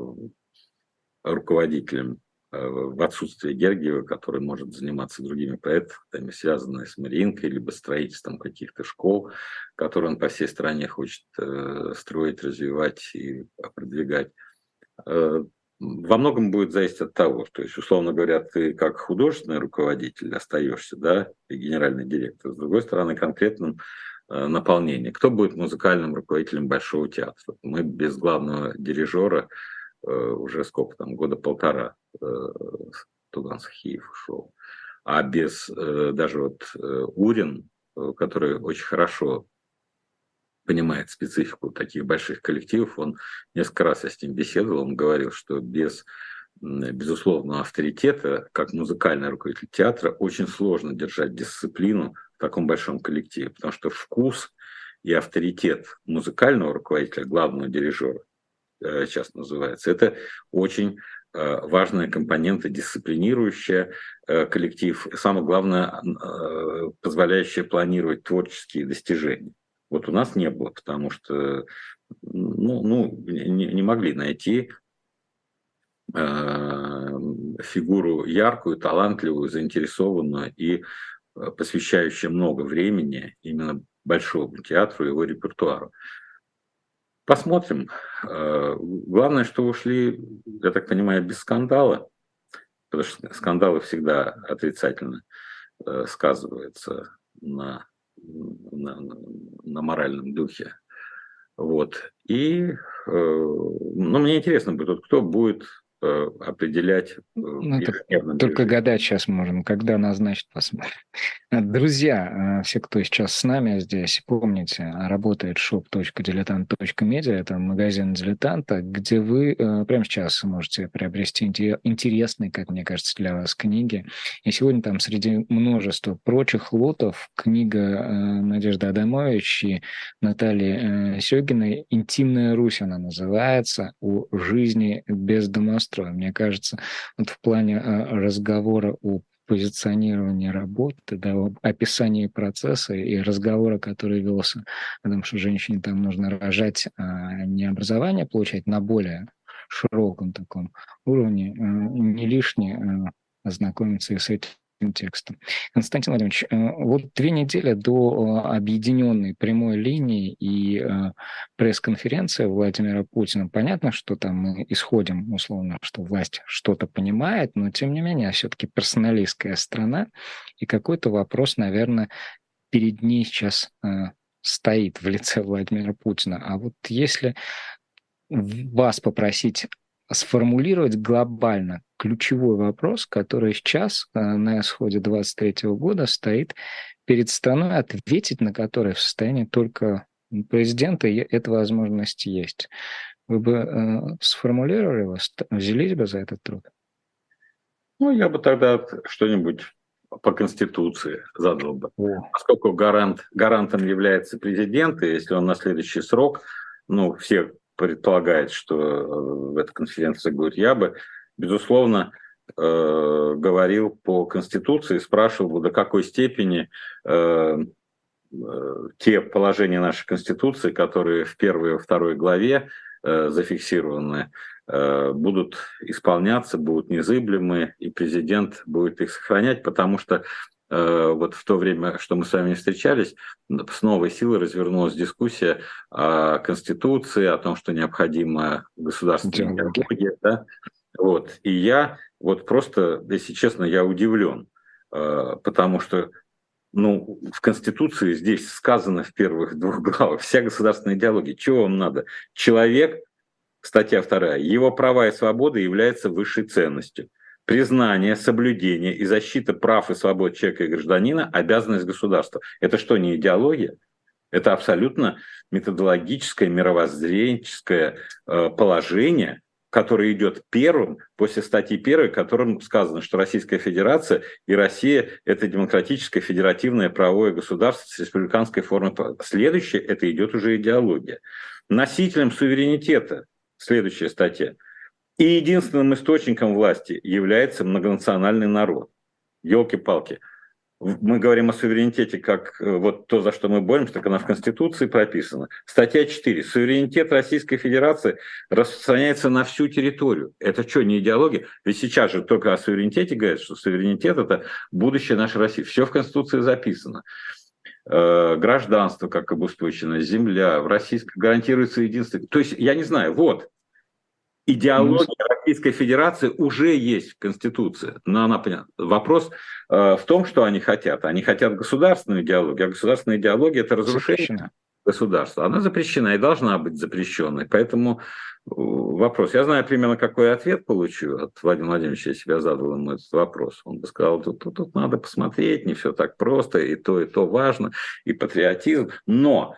руководителем э, в отсутствие Гергиева, который может заниматься другими проектами, связанными с Мариинкой, либо строительством каких-то школ, которые он по всей стране хочет э, строить, развивать и продвигать. Э, Во многом будет зависеть от того, то есть, условно говоря, ты как художественный руководитель остаешься, да, и генеральный директор, с другой стороны, конкретным э, наполнение. Кто будет музыкальным руководителем Большого театра? Мы без главного дирижера э, уже сколько там, года полтора э, Туган Сахиев ушел. А без э, даже вот э, Урин, э, который очень хорошо понимает специфику таких больших коллективов. Он несколько раз я с ним беседовал, он говорил, что без безусловного авторитета, как музыкальный руководитель театра, очень сложно держать дисциплину в таком большом коллективе, потому что вкус и авторитет музыкального руководителя, главного дирижера, сейчас называется, это очень важная компонента, дисциплинирующая коллектив, и самое главное, позволяющая планировать творческие достижения. Вот у нас не было, потому что ну, ну, не, не могли найти э, фигуру яркую, талантливую, заинтересованную и посвящающую много времени именно Большому театру и его репертуару. Посмотрим. Э, главное, что ушли, я так понимаю, без скандала, потому что скандалы всегда отрицательно э, сказываются на на, на моральном духе. Вот. И э, ну, мне интересно будет, кто будет э, определять э, в Ну, это ежедневном только режиме. гадать сейчас можем, когда назначить, посмотрим. Друзья, э, все, кто сейчас с нами здесь, помните, работает шоп точка дилетант точка медиа, это магазин дилетанта, где вы э, прямо сейчас можете приобрести инте- интересные, как мне кажется, для вас книги. И сегодня там среди множества прочих лотов книга э, Надежды Адамович и Натальи э, Сёгиной «Интимная Русь» она называется, о жизни без домостроя. Мне кажется, вот в плане э, разговора о позиционирование работы, да, об описании процесса и разговора, который велся о том, что женщине там нужно рожать, а не образование получать на более широком таком уровне, э, не лишне э, ознакомиться и с этим текстом. Константин Владимирович, э, вот две недели до э, объединенной прямой линии и э, пресс-конференция Владимира Путина. Понятно, что там мы исходим, условно, что власть что-то понимает, но тем не менее, все-таки персоналистская страна, и какой-то вопрос, наверное, перед ней сейчас э, стоит в лице Владимира Путина. А вот если вас попросить сформулировать глобально ключевой вопрос, который сейчас э, на исходе двадцать третьего года стоит перед страной, ответить на который в состоянии только президента, и эта возможность есть. Вы бы э, сформулировали его, ст- взялись бы за этот труд? Ну, я бы тогда что-нибудь по Конституции задал бы. О, Поскольку гарант, гарантом является президент, и если он на следующий срок, ну, все предполагают, что э, в этой конференции будет, я бы, безусловно, э, говорил по Конституции, спрашивал бы, до какой степени э, э, те положения нашей Конституции, которые в первой и во второй главе э, зафиксированы, э, будут исполняться, будут незыблемы, и президент будет их сохранять, потому что э, вот в то время, что мы с вами не встречались, с новой силой развернулась дискуссия о Конституции, о том, что необходима государственная диалоги. идеология. Да? Вот. И я вот просто, если честно, я удивлен, э, потому что ну, в Конституции здесь сказано в первых двух главах вся государственная идеология. Чего вам надо? Человек, статья вторая, его права и свободы являются высшей ценностью. Признание, соблюдение и защита прав и свобод человека и гражданина – обязанность государства. Это что, не идеология? Это абсолютно методологическое, мировоззренческое э, положение, которое идет первым после статьи первой, в котором сказано, что Российская Федерация и Россия – это демократическое федеративное правовое государство с республиканской формой. Следующее – это идет уже идеология. Носителем суверенитета, следующая статья, и единственным источником власти является многонациональный народ. Ёлки-палки. Мы говорим о суверенитете как э, вот то, за что мы боремся, так она в Конституции прописана. Статья четыре. Суверенитет Российской Федерации распространяется на всю территорию. Это что, не идеология? Ведь сейчас же только о суверенитете говорят, что суверенитет – это будущее нашей России. Все в Конституции записано. Э, Гражданство как обеспечено, земля, в России гарантируется единство. То есть, я не знаю, вот, Ну, идеология Российской Федерации уже есть в Конституции, но она понятна. Вопрос э, в том, что они хотят. Они хотят государственную идеологию, а государственная идеология – это разрушение запрещено. государства. Она запрещена и должна быть запрещенной. Поэтому э, вопрос. Я знаю примерно, какой ответ получу от Владимира Владимировича, если бы я задал ему этот вопрос. Он бы сказал, тут, тут, тут надо посмотреть, не все так просто, и то, и то важно, и патриотизм. Но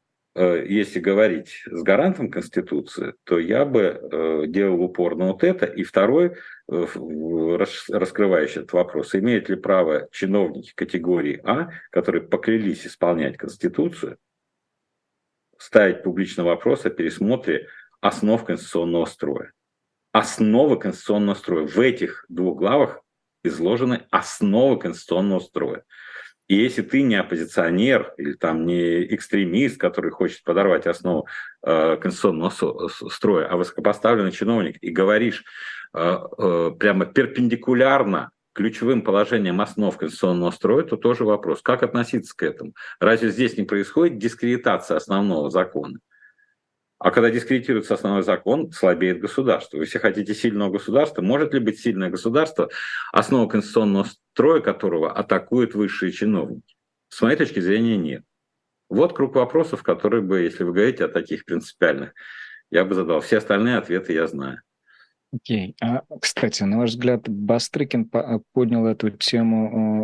если говорить с гарантом Конституции, то я бы э, делал упор на вот это. И второй, э, раскрывающий этот вопрос, имеют ли право чиновники категории А, которые поклялись исполнять Конституцию, ставить публичный вопрос о пересмотре основ конституционного строя. Основы конституционного строя. В этих двух главах изложены основы конституционного строя. И если ты не оппозиционер или там не экстремист, который хочет подорвать основу э, конституционного со- строя, а высокопоставленный чиновник, и говоришь э, э, прямо перпендикулярно ключевым положениям основ конституционного строя, то тоже вопрос, как относиться к этому. Разве здесь не происходит дискредитация основного закона? А когда дискредитируется основной закон, слабеет государство. Вы все хотите сильного государства. Может ли быть сильное государство, основа конституционного строя которого атакуют высшие чиновники? С моей точки зрения, нет. Вот круг вопросов, которые бы, если вы говорите о таких принципиальных, я бы задал. Все остальные ответы я знаю. Окей. А, кстати, на ваш взгляд, Бастрыкин по- поднял эту тему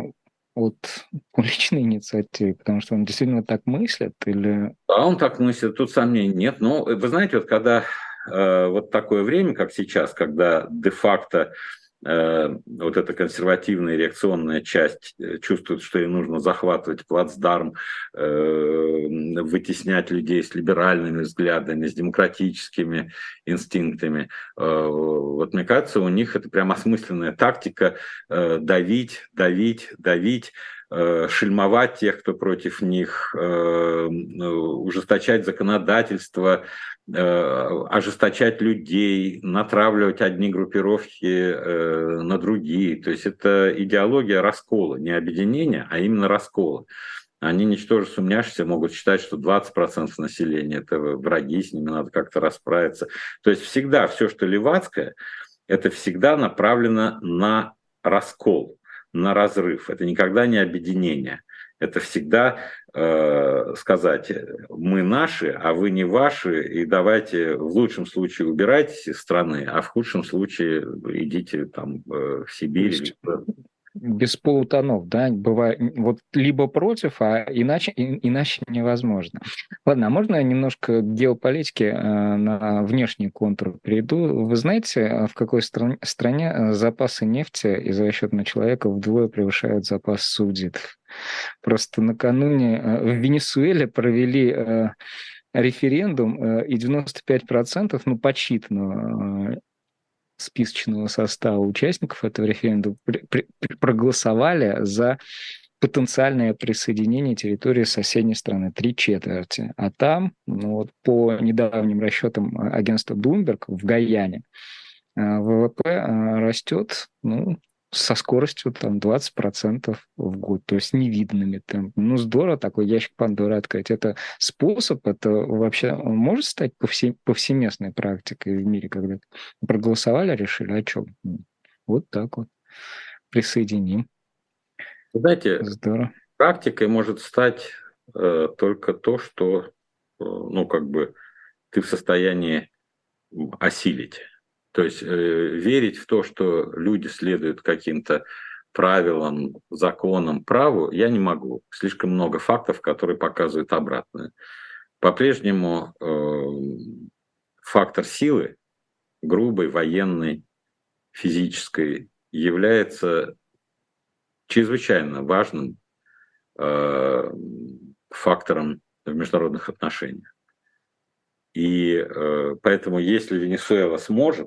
от личной инициативы, потому что он действительно так мыслит, или... А он так мыслит, тут сомнений нет. Но вы знаете, вот когда э, вот такое время, как сейчас, когда де-факто э, вот эта консервативная реакционная часть э, чувствует, что ей нужно захватывать плацдарм, э, вытеснять людей с либеральными взглядами, с демократическими инстинктами. Э, вот мне кажется, у них это прям осмысленная тактика э, давить, давить, давить, э, шельмовать тех, кто против них, э, ужесточать законодательство, э, ожесточать людей, натравливать одни группировки э, на другие. То есть это идеология раскола, не объединения, а именно раскола. Они, ничтоже сумняшися, могут считать, что двадцать процентов населения – это враги, с ними надо как-то расправиться. То есть всегда все, что левацкое, это всегда направлено на раскол, на разрыв. Это никогда не объединение. Это всегда э, сказать, мы наши, а вы не ваши, и давайте в лучшем случае убирайтесь из страны, а в худшем случае идите там э, в То Сибирь. есть без полутонов, да, бывает вот либо против, а иначе, и, иначе невозможно. Ладно, а можно я немножко к геополитике э, на внешний контур перейду? Вы знаете, э, в какой стран, стране э, запасы нефти из расчета на человека вдвое превышают запас судит? Просто накануне э, в Венесуэле провели э, референдум, э, и девяносто пять процентов, ну, подсчитанного списочного состава участников этого референдума при, при, проголосовали за потенциальное присоединение территории соседней страны, три четверти. А там, ну вот по недавним расчетам агентства Bloomberg в Гаяне, ВВП растет, ну, со скоростью там двадцать процентов в год, то есть невиданными темпами. Ну, здорово, такой ящик Пандоры открыть. Это способ, это вообще может стать повсе, повсеместной практикой в мире, когда проголосовали, решили, о чем? Вот так вот. Присоединим. Знаете, Здорово. практикой может стать э, только то, что, э, ну, как бы ты в состоянии осилить. То есть э, верить в то, что люди следуют каким-то правилам, законам, праву, я не могу. Слишком много фактов, которые показывают обратное. По-прежнему э, фактор силы, грубой, военной, физической, является чрезвычайно важным э, фактором в международных отношениях. И э, поэтому, если Венесуэла сможет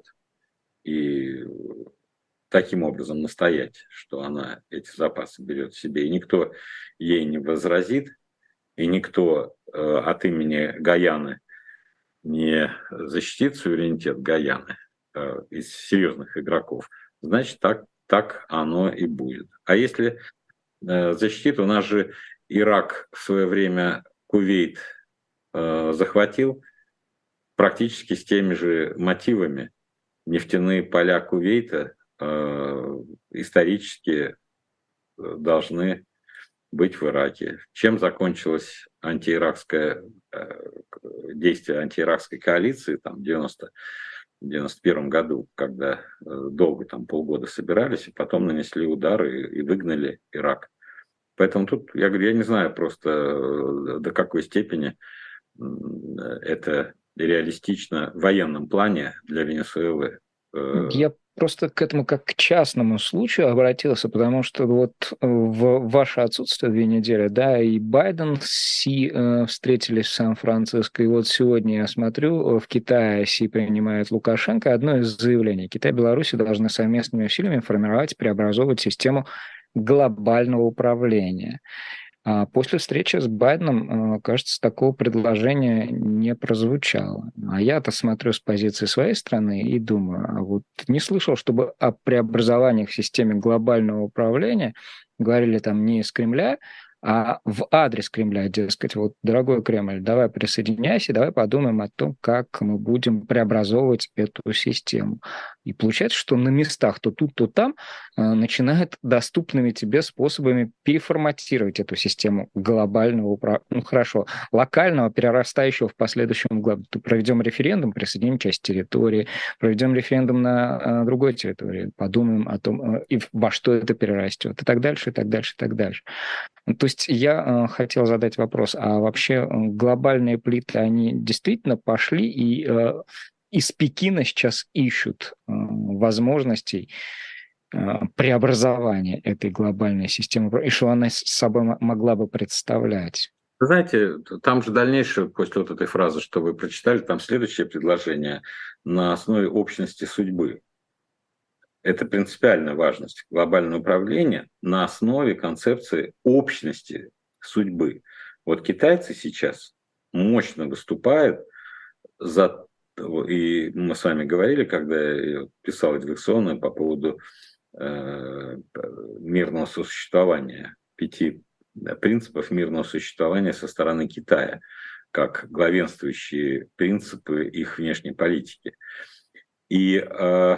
и таким образом настоять, что она эти запасы берет себе, и никто ей не возразит, и никто э, от имени Гаяны не защитит суверенитет Гаяны э, из серьезных игроков, значит, так, так оно и будет. А если э, защитит, у нас же Ирак в свое время Кувейт э, захватил практически с теми же мотивами. Нефтяные поля Кувейта э, исторически должны быть в Ираке. Чем закончилось антииракское э, действие антииракской коалиции там, в девяносто первом году, когда э, долго, там полгода собирались, и потом нанесли удары и, и выгнали Ирак. Поэтому тут, я говорю, я не знаю просто э, до какой степени э, это реалистично в военном плане для Венесуэлы. Э, Я просто к этому как к частному случаю обратился, потому что вот в ваше отсутствие две недели, да, и Байден с Си э, встретились в Сан-Франциско, и вот сегодня я смотрю, в Китае Си принимает Лукашенко, одно из заявлений: Китай и Беларусь должны совместными усилиями формировать, преобразовывать систему глобального управления. А после встречи с Байденом, кажется, такого предложения не прозвучало. А я-то смотрю с позиции своей страны и думаю, а вот не слышал, чтобы о преобразованиях в системе глобального управления говорили там не из Кремля, а в адрес Кремля, дескать, вот, дорогой Кремль, давай присоединяйся, давай подумаем о том, как мы будем преобразовывать эту систему. И получается, что на местах то тут, то там э, начинают доступными тебе способами переформатировать эту систему глобального управления, ну хорошо, локального, перерастающего в последующем глобальном. Проведем референдум, присоединим часть территории, проведем референдум на э, другой территории, подумаем о том, э, и во что это перерастет, и так дальше, и так дальше, и так дальше. Ну, то есть я э, хотел задать вопрос, а вообще э, глобальные плиты, они действительно пошли и э, из Пекина сейчас ищут э, возможностей э, преобразования этой глобальной системы, и что она с собой могла бы представлять? Вы знаете, там же дальнейшее, после вот этой фразы, что вы прочитали, там следующее предложение на основе общности судьбы. Это принципиальная важность глобального управления на основе концепции общности судьбы. Вот китайцы сейчас мощно выступают за, и мы с вами говорили, когда я писал редакционно по поводу э, мирного сосуществования, пяти принципов мирного существования со стороны Китая, как главенствующие принципы их внешней политики. И э,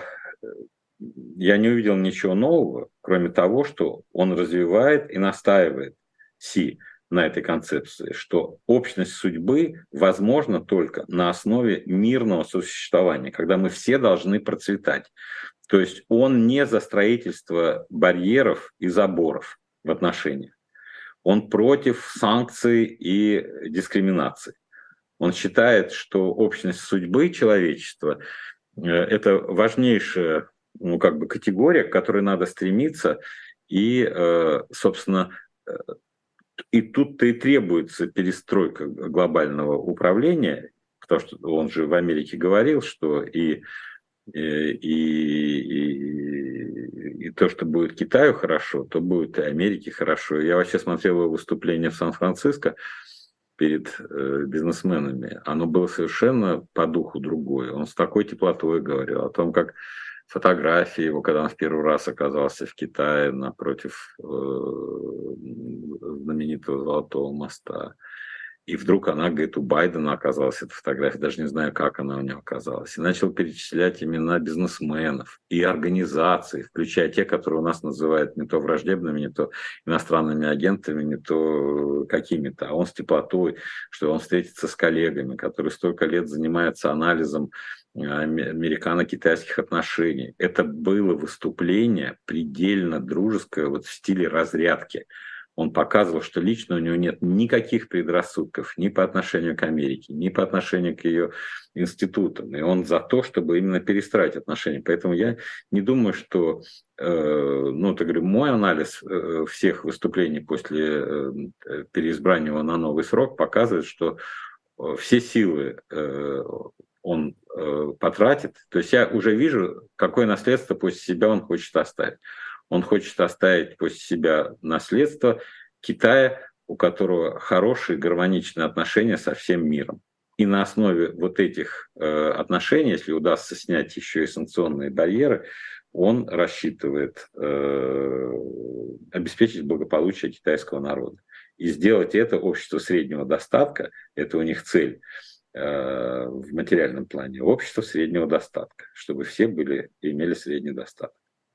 я не увидел ничего нового, кроме того, что он развивает и настаивает Си на этой концепции, что общность судьбы возможна только на основе мирного сосуществования, когда мы все должны процветать. То есть он не за строительство барьеров и заборов в отношениях. Он против санкций и дискриминации. Он считает, что общность судьбы человечества – это важнейшая, ну, как бы категория, к которой надо стремиться. И, собственно, и тут-то и требуется перестройка глобального управления, потому что он же в Америке говорил, что и, и, и, и то, что будет Китаю хорошо, то будет и Америке хорошо. Я вообще смотрел его выступление в Сан-Франциско перед э, бизнесменами. Оно было совершенно по духу другое. Он с такой теплотой говорил о том, как фотографии его, когда он в первый раз оказался в Китае напротив э, знаменитого Золотого моста. И вдруг она, говорит, у Байдена оказалась эта фотография, даже не знаю, как она у него оказалась. И начал перечислять имена бизнесменов и организаций, включая те, которые у нас называют не то враждебными, не то иностранными агентами, не то какими-то. А он с теплотой, что он встретится с коллегами, которые столько лет занимаются анализом американо-китайских отношений. Это было выступление предельно дружеское, вот в стиле разрядки. Он показывал, что лично у него нет никаких предрассудков ни по отношению к Америке, ни по отношению к ее институтам. И он за то, чтобы именно перестраивать отношения. Поэтому я не думаю, что, э, ну, так говорю, мой анализ э, всех выступлений после э, переизбрания его на новый срок показывает, что все силы э, он э, потратит. То есть я уже вижу, какое наследство после себя он хочет оставить. Он хочет оставить после себя наследство Китая, у которого хорошие гармоничные отношения со всем миром. И на основе вот этих э, отношений, если удастся снять еще и санкционные барьеры, он рассчитывает э, обеспечить благополучие китайского народа. И сделать это общество среднего достатка, это у них цель э, в материальном плане, общество среднего достатка, чтобы все были, имели средний достаток.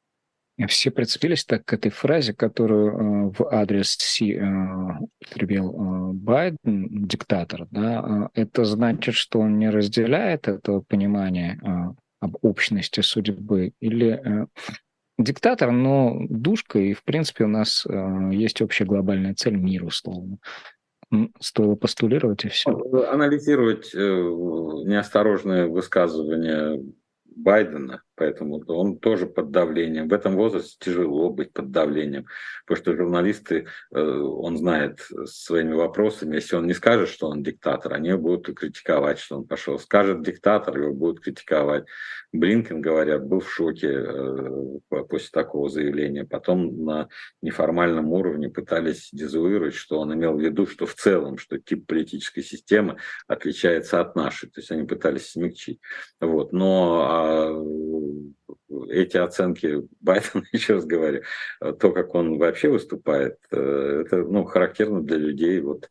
Все прицепились так к этой фразе, которую э, в адрес Си э, употребил э, Байден, диктатор. Да? Э, это значит, что он не разделяет этого понимания э, об общности судьбы, или э, диктатор, но душка, и, в принципе, у нас э, есть общая глобальная цель — мир, условно. Стоило постулировать, и все. Анализировать э, неосторожные высказывания Байдена, поэтому он тоже под давлением. В этом возрасте тяжело быть под давлением, потому что журналисты, он знает своими вопросами, если он не скажет, что он диктатор, они будут критиковать, что он пошел. Скажет диктатор, его будут критиковать. Блинкен, говорят, был в шоке после такого заявления. Потом на неформальном уровне пытались дезавуировать, что он имел в виду, что в целом, что тип политической системы отличается от нашей. То есть они пытались смягчить. Вот. Но эти оценки Байдена, еще раз говорю, то, как он вообще выступает, это, ну, характерно для людей вот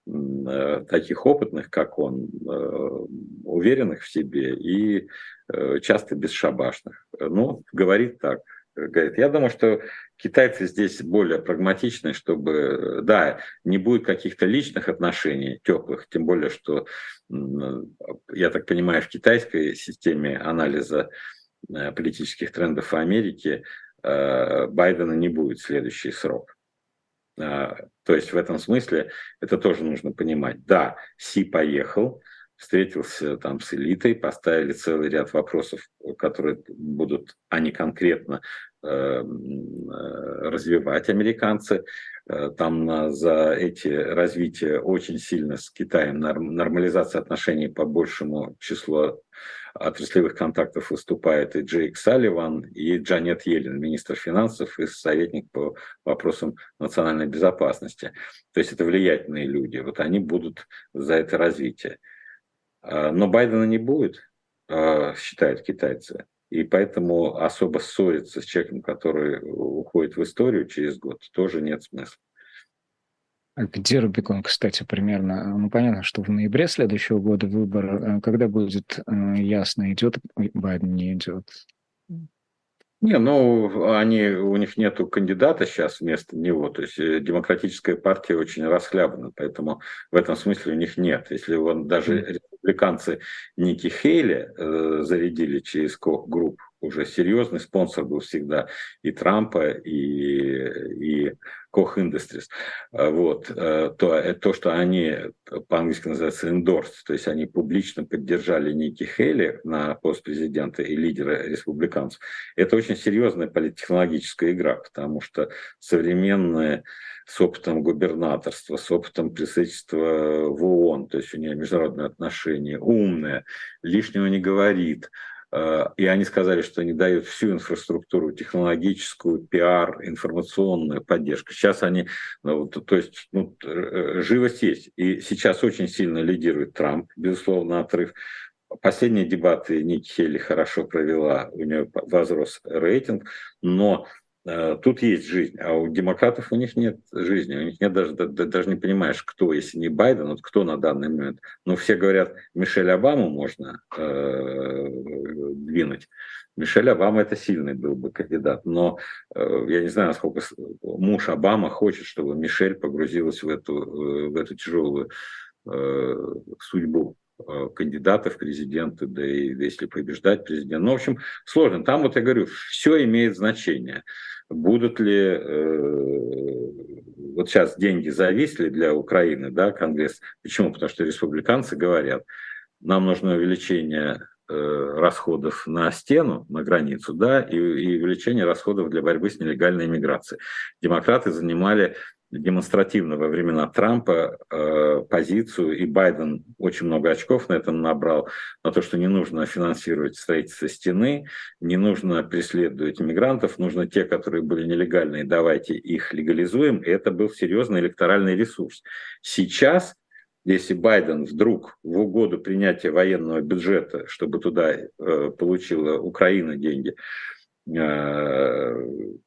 таких опытных, как он, уверенных в себе и часто бесшабашных. Ну, говорит так. Говорит, я думаю, что китайцы здесь более прагматичны, чтобы, да, не будет каких-то личных отношений теплых, тем более, что, я так понимаю, в китайской системе анализа политических трендов в Америке Байдена не будет в следующий срок. То есть в этом смысле это тоже нужно понимать. Да, Си поехал, встретился там с элитой, поставили целый ряд вопросов, которые будут они конкретно э, развивать американцы. Там за эти развития очень сильно с Китаем нормализация отношений по большему числу отраслевых контактов выступает и Джейк Салливан, и Джанет Йеллен, министр финансов и советник по вопросам национальной безопасности. То есть это влиятельные люди. Вот они будут за это развитие. Но Байдена не будет, считают китайцы. И поэтому особо ссориться с человеком, который уходит в историю через год, тоже нет смысла. А где Рубикон, кстати, примерно? Ну, понятно, что в ноябре следующего года выбор. Когда будет ясно, идет Байден, не идет? Не, ну, они, у них нету кандидата сейчас вместо него, то есть демократическая партия очень расхлябана, поэтому в этом смысле у них нет. Если вон даже республиканцы Ники Хейли э, зарядили через Koch Group, уже серьезный спонсор был всегда и Трампа, и, и Koch Industries, вот, то, то, что они, по-английски называется endorsed, то есть они публично поддержали Ники Хейли на пост президента и лидера республиканцев, это очень серьезная политтехнологическая игра, потому что современные с опытом губернаторства, с опытом представительства в ООН, то есть у нее международные отношения, умная, лишнего не говорит. И они сказали, что они дают всю инфраструктуру технологическую, пиар, информационную поддержку. Сейчас они, ну, то есть, ну, живость есть. И сейчас очень сильно лидирует Трамп, безусловно, отрыв. Последние дебаты Ники Хейли хорошо провела, у нее возрос рейтинг, но э, тут есть жизнь, а у демократов у них нет жизни, у них нет даже, да, даже не понимаешь, кто, если не Байден, вот кто на данный момент. Ну, все говорят, Мишель Обаму можно э, двинуть. Мишель Обама это сильный был бы кандидат, но э, я не знаю, насколько муж Обама хочет, чтобы Мишель погрузилась в эту, в эту тяжелую э, судьбу кандидата в президенты, да и если побеждать президент. Ну, в общем, сложно. Там, вот я говорю, все имеет значение. Будут ли... Э, вот сейчас деньги зависли для Украины, да, Конгресс. Почему? Потому что республиканцы говорят, нам нужно увеличение э, расходов на стену, на границу, да, и, и увеличение расходов для борьбы с нелегальной миграцией. Демократы занимали демонстративно во времена Трампа э, позицию, и Байден очень много очков на этом набрал, на то, что не нужно финансировать строительство стены, не нужно преследовать иммигрантов, нужно те, которые были нелегальные, давайте их легализуем, и это был серьезный электоральный ресурс. Сейчас, если Байден вдруг в угоду принятия военного бюджета, чтобы туда э, получила Украина деньги, э,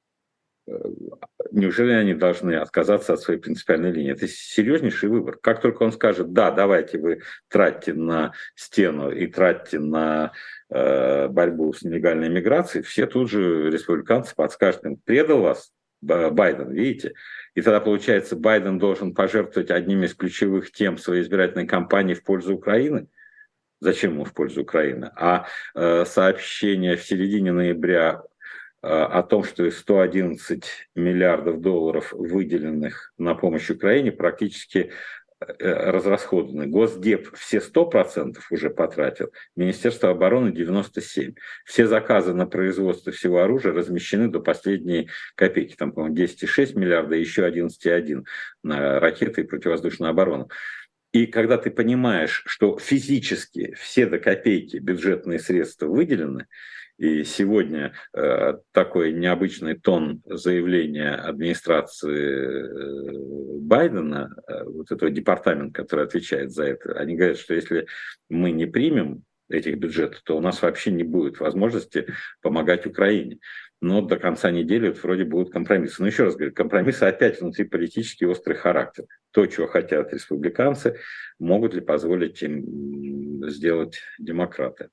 неужели они должны отказаться от своей принципиальной линии? Это серьезнейший выбор. Как только он скажет, да, давайте вы тратьте на стену и тратьте на э, борьбу с нелегальной миграцией, все тут же республиканцы подскажут им, предал вас Байден, видите? И тогда, получается, Байден должен пожертвовать одним из ключевых тем своей избирательной кампании в пользу Украины. Зачем ему в пользу Украины? А э, сообщение в середине ноября о том, что из ста одиннадцати миллиардов долларов, выделенных на помощь Украине, практически разрасходованы. Госдеп все сто процентов уже потратил, Министерство обороны девяносто семь процентов. Все заказы на производство всего оружия размещены до последней копейки. Там, по-моему, десять целых шесть миллиарда и еще одиннадцать целых один на ракеты и противовоздушную оборону. И когда ты понимаешь, что физически все до копейки бюджетные средства выделены, и сегодня э, такой необычный тон заявления администрации э, Байдена, э, вот этого департамента, который отвечает за это, они говорят, что если мы не примем этих бюджетов, то у нас вообще не будет возможности помогать Украине. Но до конца недели вот вроде будут компромиссы. Но еще раз говорю, компромиссы опять внутриполитический острый характер. То, чего хотят республиканцы, могут ли позволить им сделать демократы.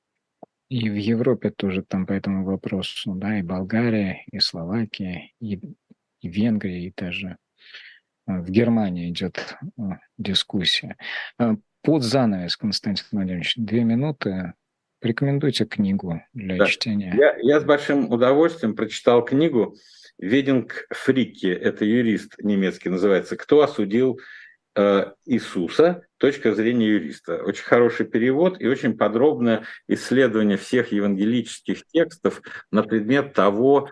И в Европе тоже там по этому вопросу, да, и Болгария, и Словакия, и, и Венгрия, и даже в Германии идет дискуссия. Под занавес, Константин Владимирович, две минуты. Рекомендуйте книгу для Да. чтения. Я, я с большим удовольствием прочитал книгу Вединг Фрикке, это юрист немецкий, называется «Кто осудил э, Иисуса? Точка зрения юриста». Очень хороший перевод и очень подробное исследование всех евангелических текстов на предмет того,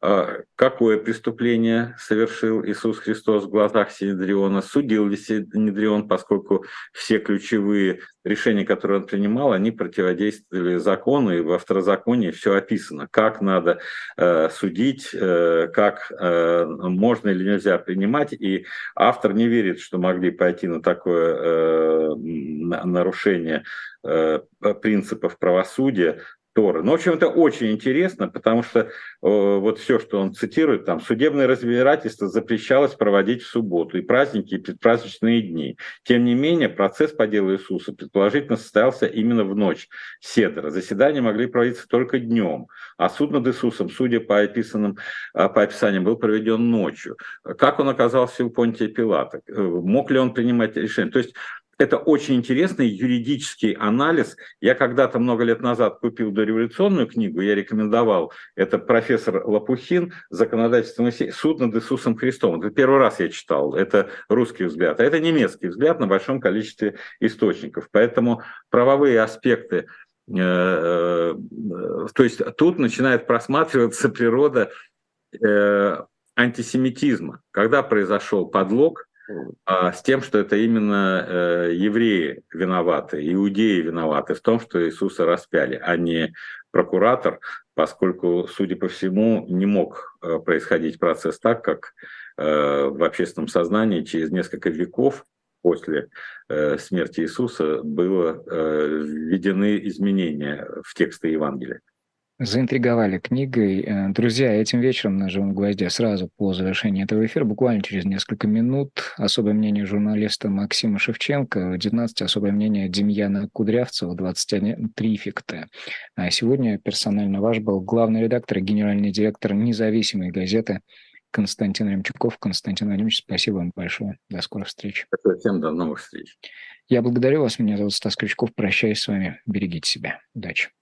какое преступление совершил Иисус Христос в глазах Синедриона, судил ли Синедрион, поскольку все ключевые решения, которые он принимал, они противодействовали закону, и во второзаконии все описано, как надо э, судить, э, как э, можно или нельзя принимать, и автор не верит, что могли пойти на такое э, нарушение э, принципов правосудия, Торы. Ну, в общем, это очень интересно, потому что э, вот все, что он цитирует, там, судебное разбирательство запрещалось проводить в субботу, и праздники, и предпраздничные дни. Тем не менее, процесс по делу Иисуса предположительно состоялся именно в ночь Седера. Заседания могли проводиться только днем, а суд над Иисусом, судя по описанным, по описаниям, был проведен ночью. Как он оказался у Понтия Пилата? Мог ли он принимать решение? То есть это очень интересный юридический анализ. Я когда-то много лет назад купил дореволюционную книгу, я рекомендовал, это профессор Лопухин «Законодательство суд над Иисусом Христом». Это первый раз я читал, это русский взгляд, а это немецкий взгляд на большом количестве источников. Поэтому правовые аспекты, то есть тут начинает просматриваться природа антисемитизма. Когда произошел подлог, а с тем, что это именно э, евреи виноваты, иудеи виноваты в том, что Иисуса распяли, а не прокуратор, поскольку, судя по всему, не мог э, происходить процесс так, как э, в общественном сознании через несколько веков после э, смерти Иисуса было э, введены изменения в тексты Евангелия. Заинтриговали книгой. Друзья, этим вечером на «Живом гвозде» сразу по завершении этого эфира, буквально через несколько минут, особое мнение журналиста Максима Шевченко, в девятнадцать особое мнение Демьяна Кудрявцева, двадцать три фикты. А сегодня персонально ваш был главный редактор и генеральный директор независимой газеты Константин Ремчуков. Константин Владимирович, спасибо вам большое. До скорых встреч. Всем до новых встреч. Я благодарю вас. Меня зовут Стас Крючков. Прощаюсь с вами. Берегите себя. Удачи.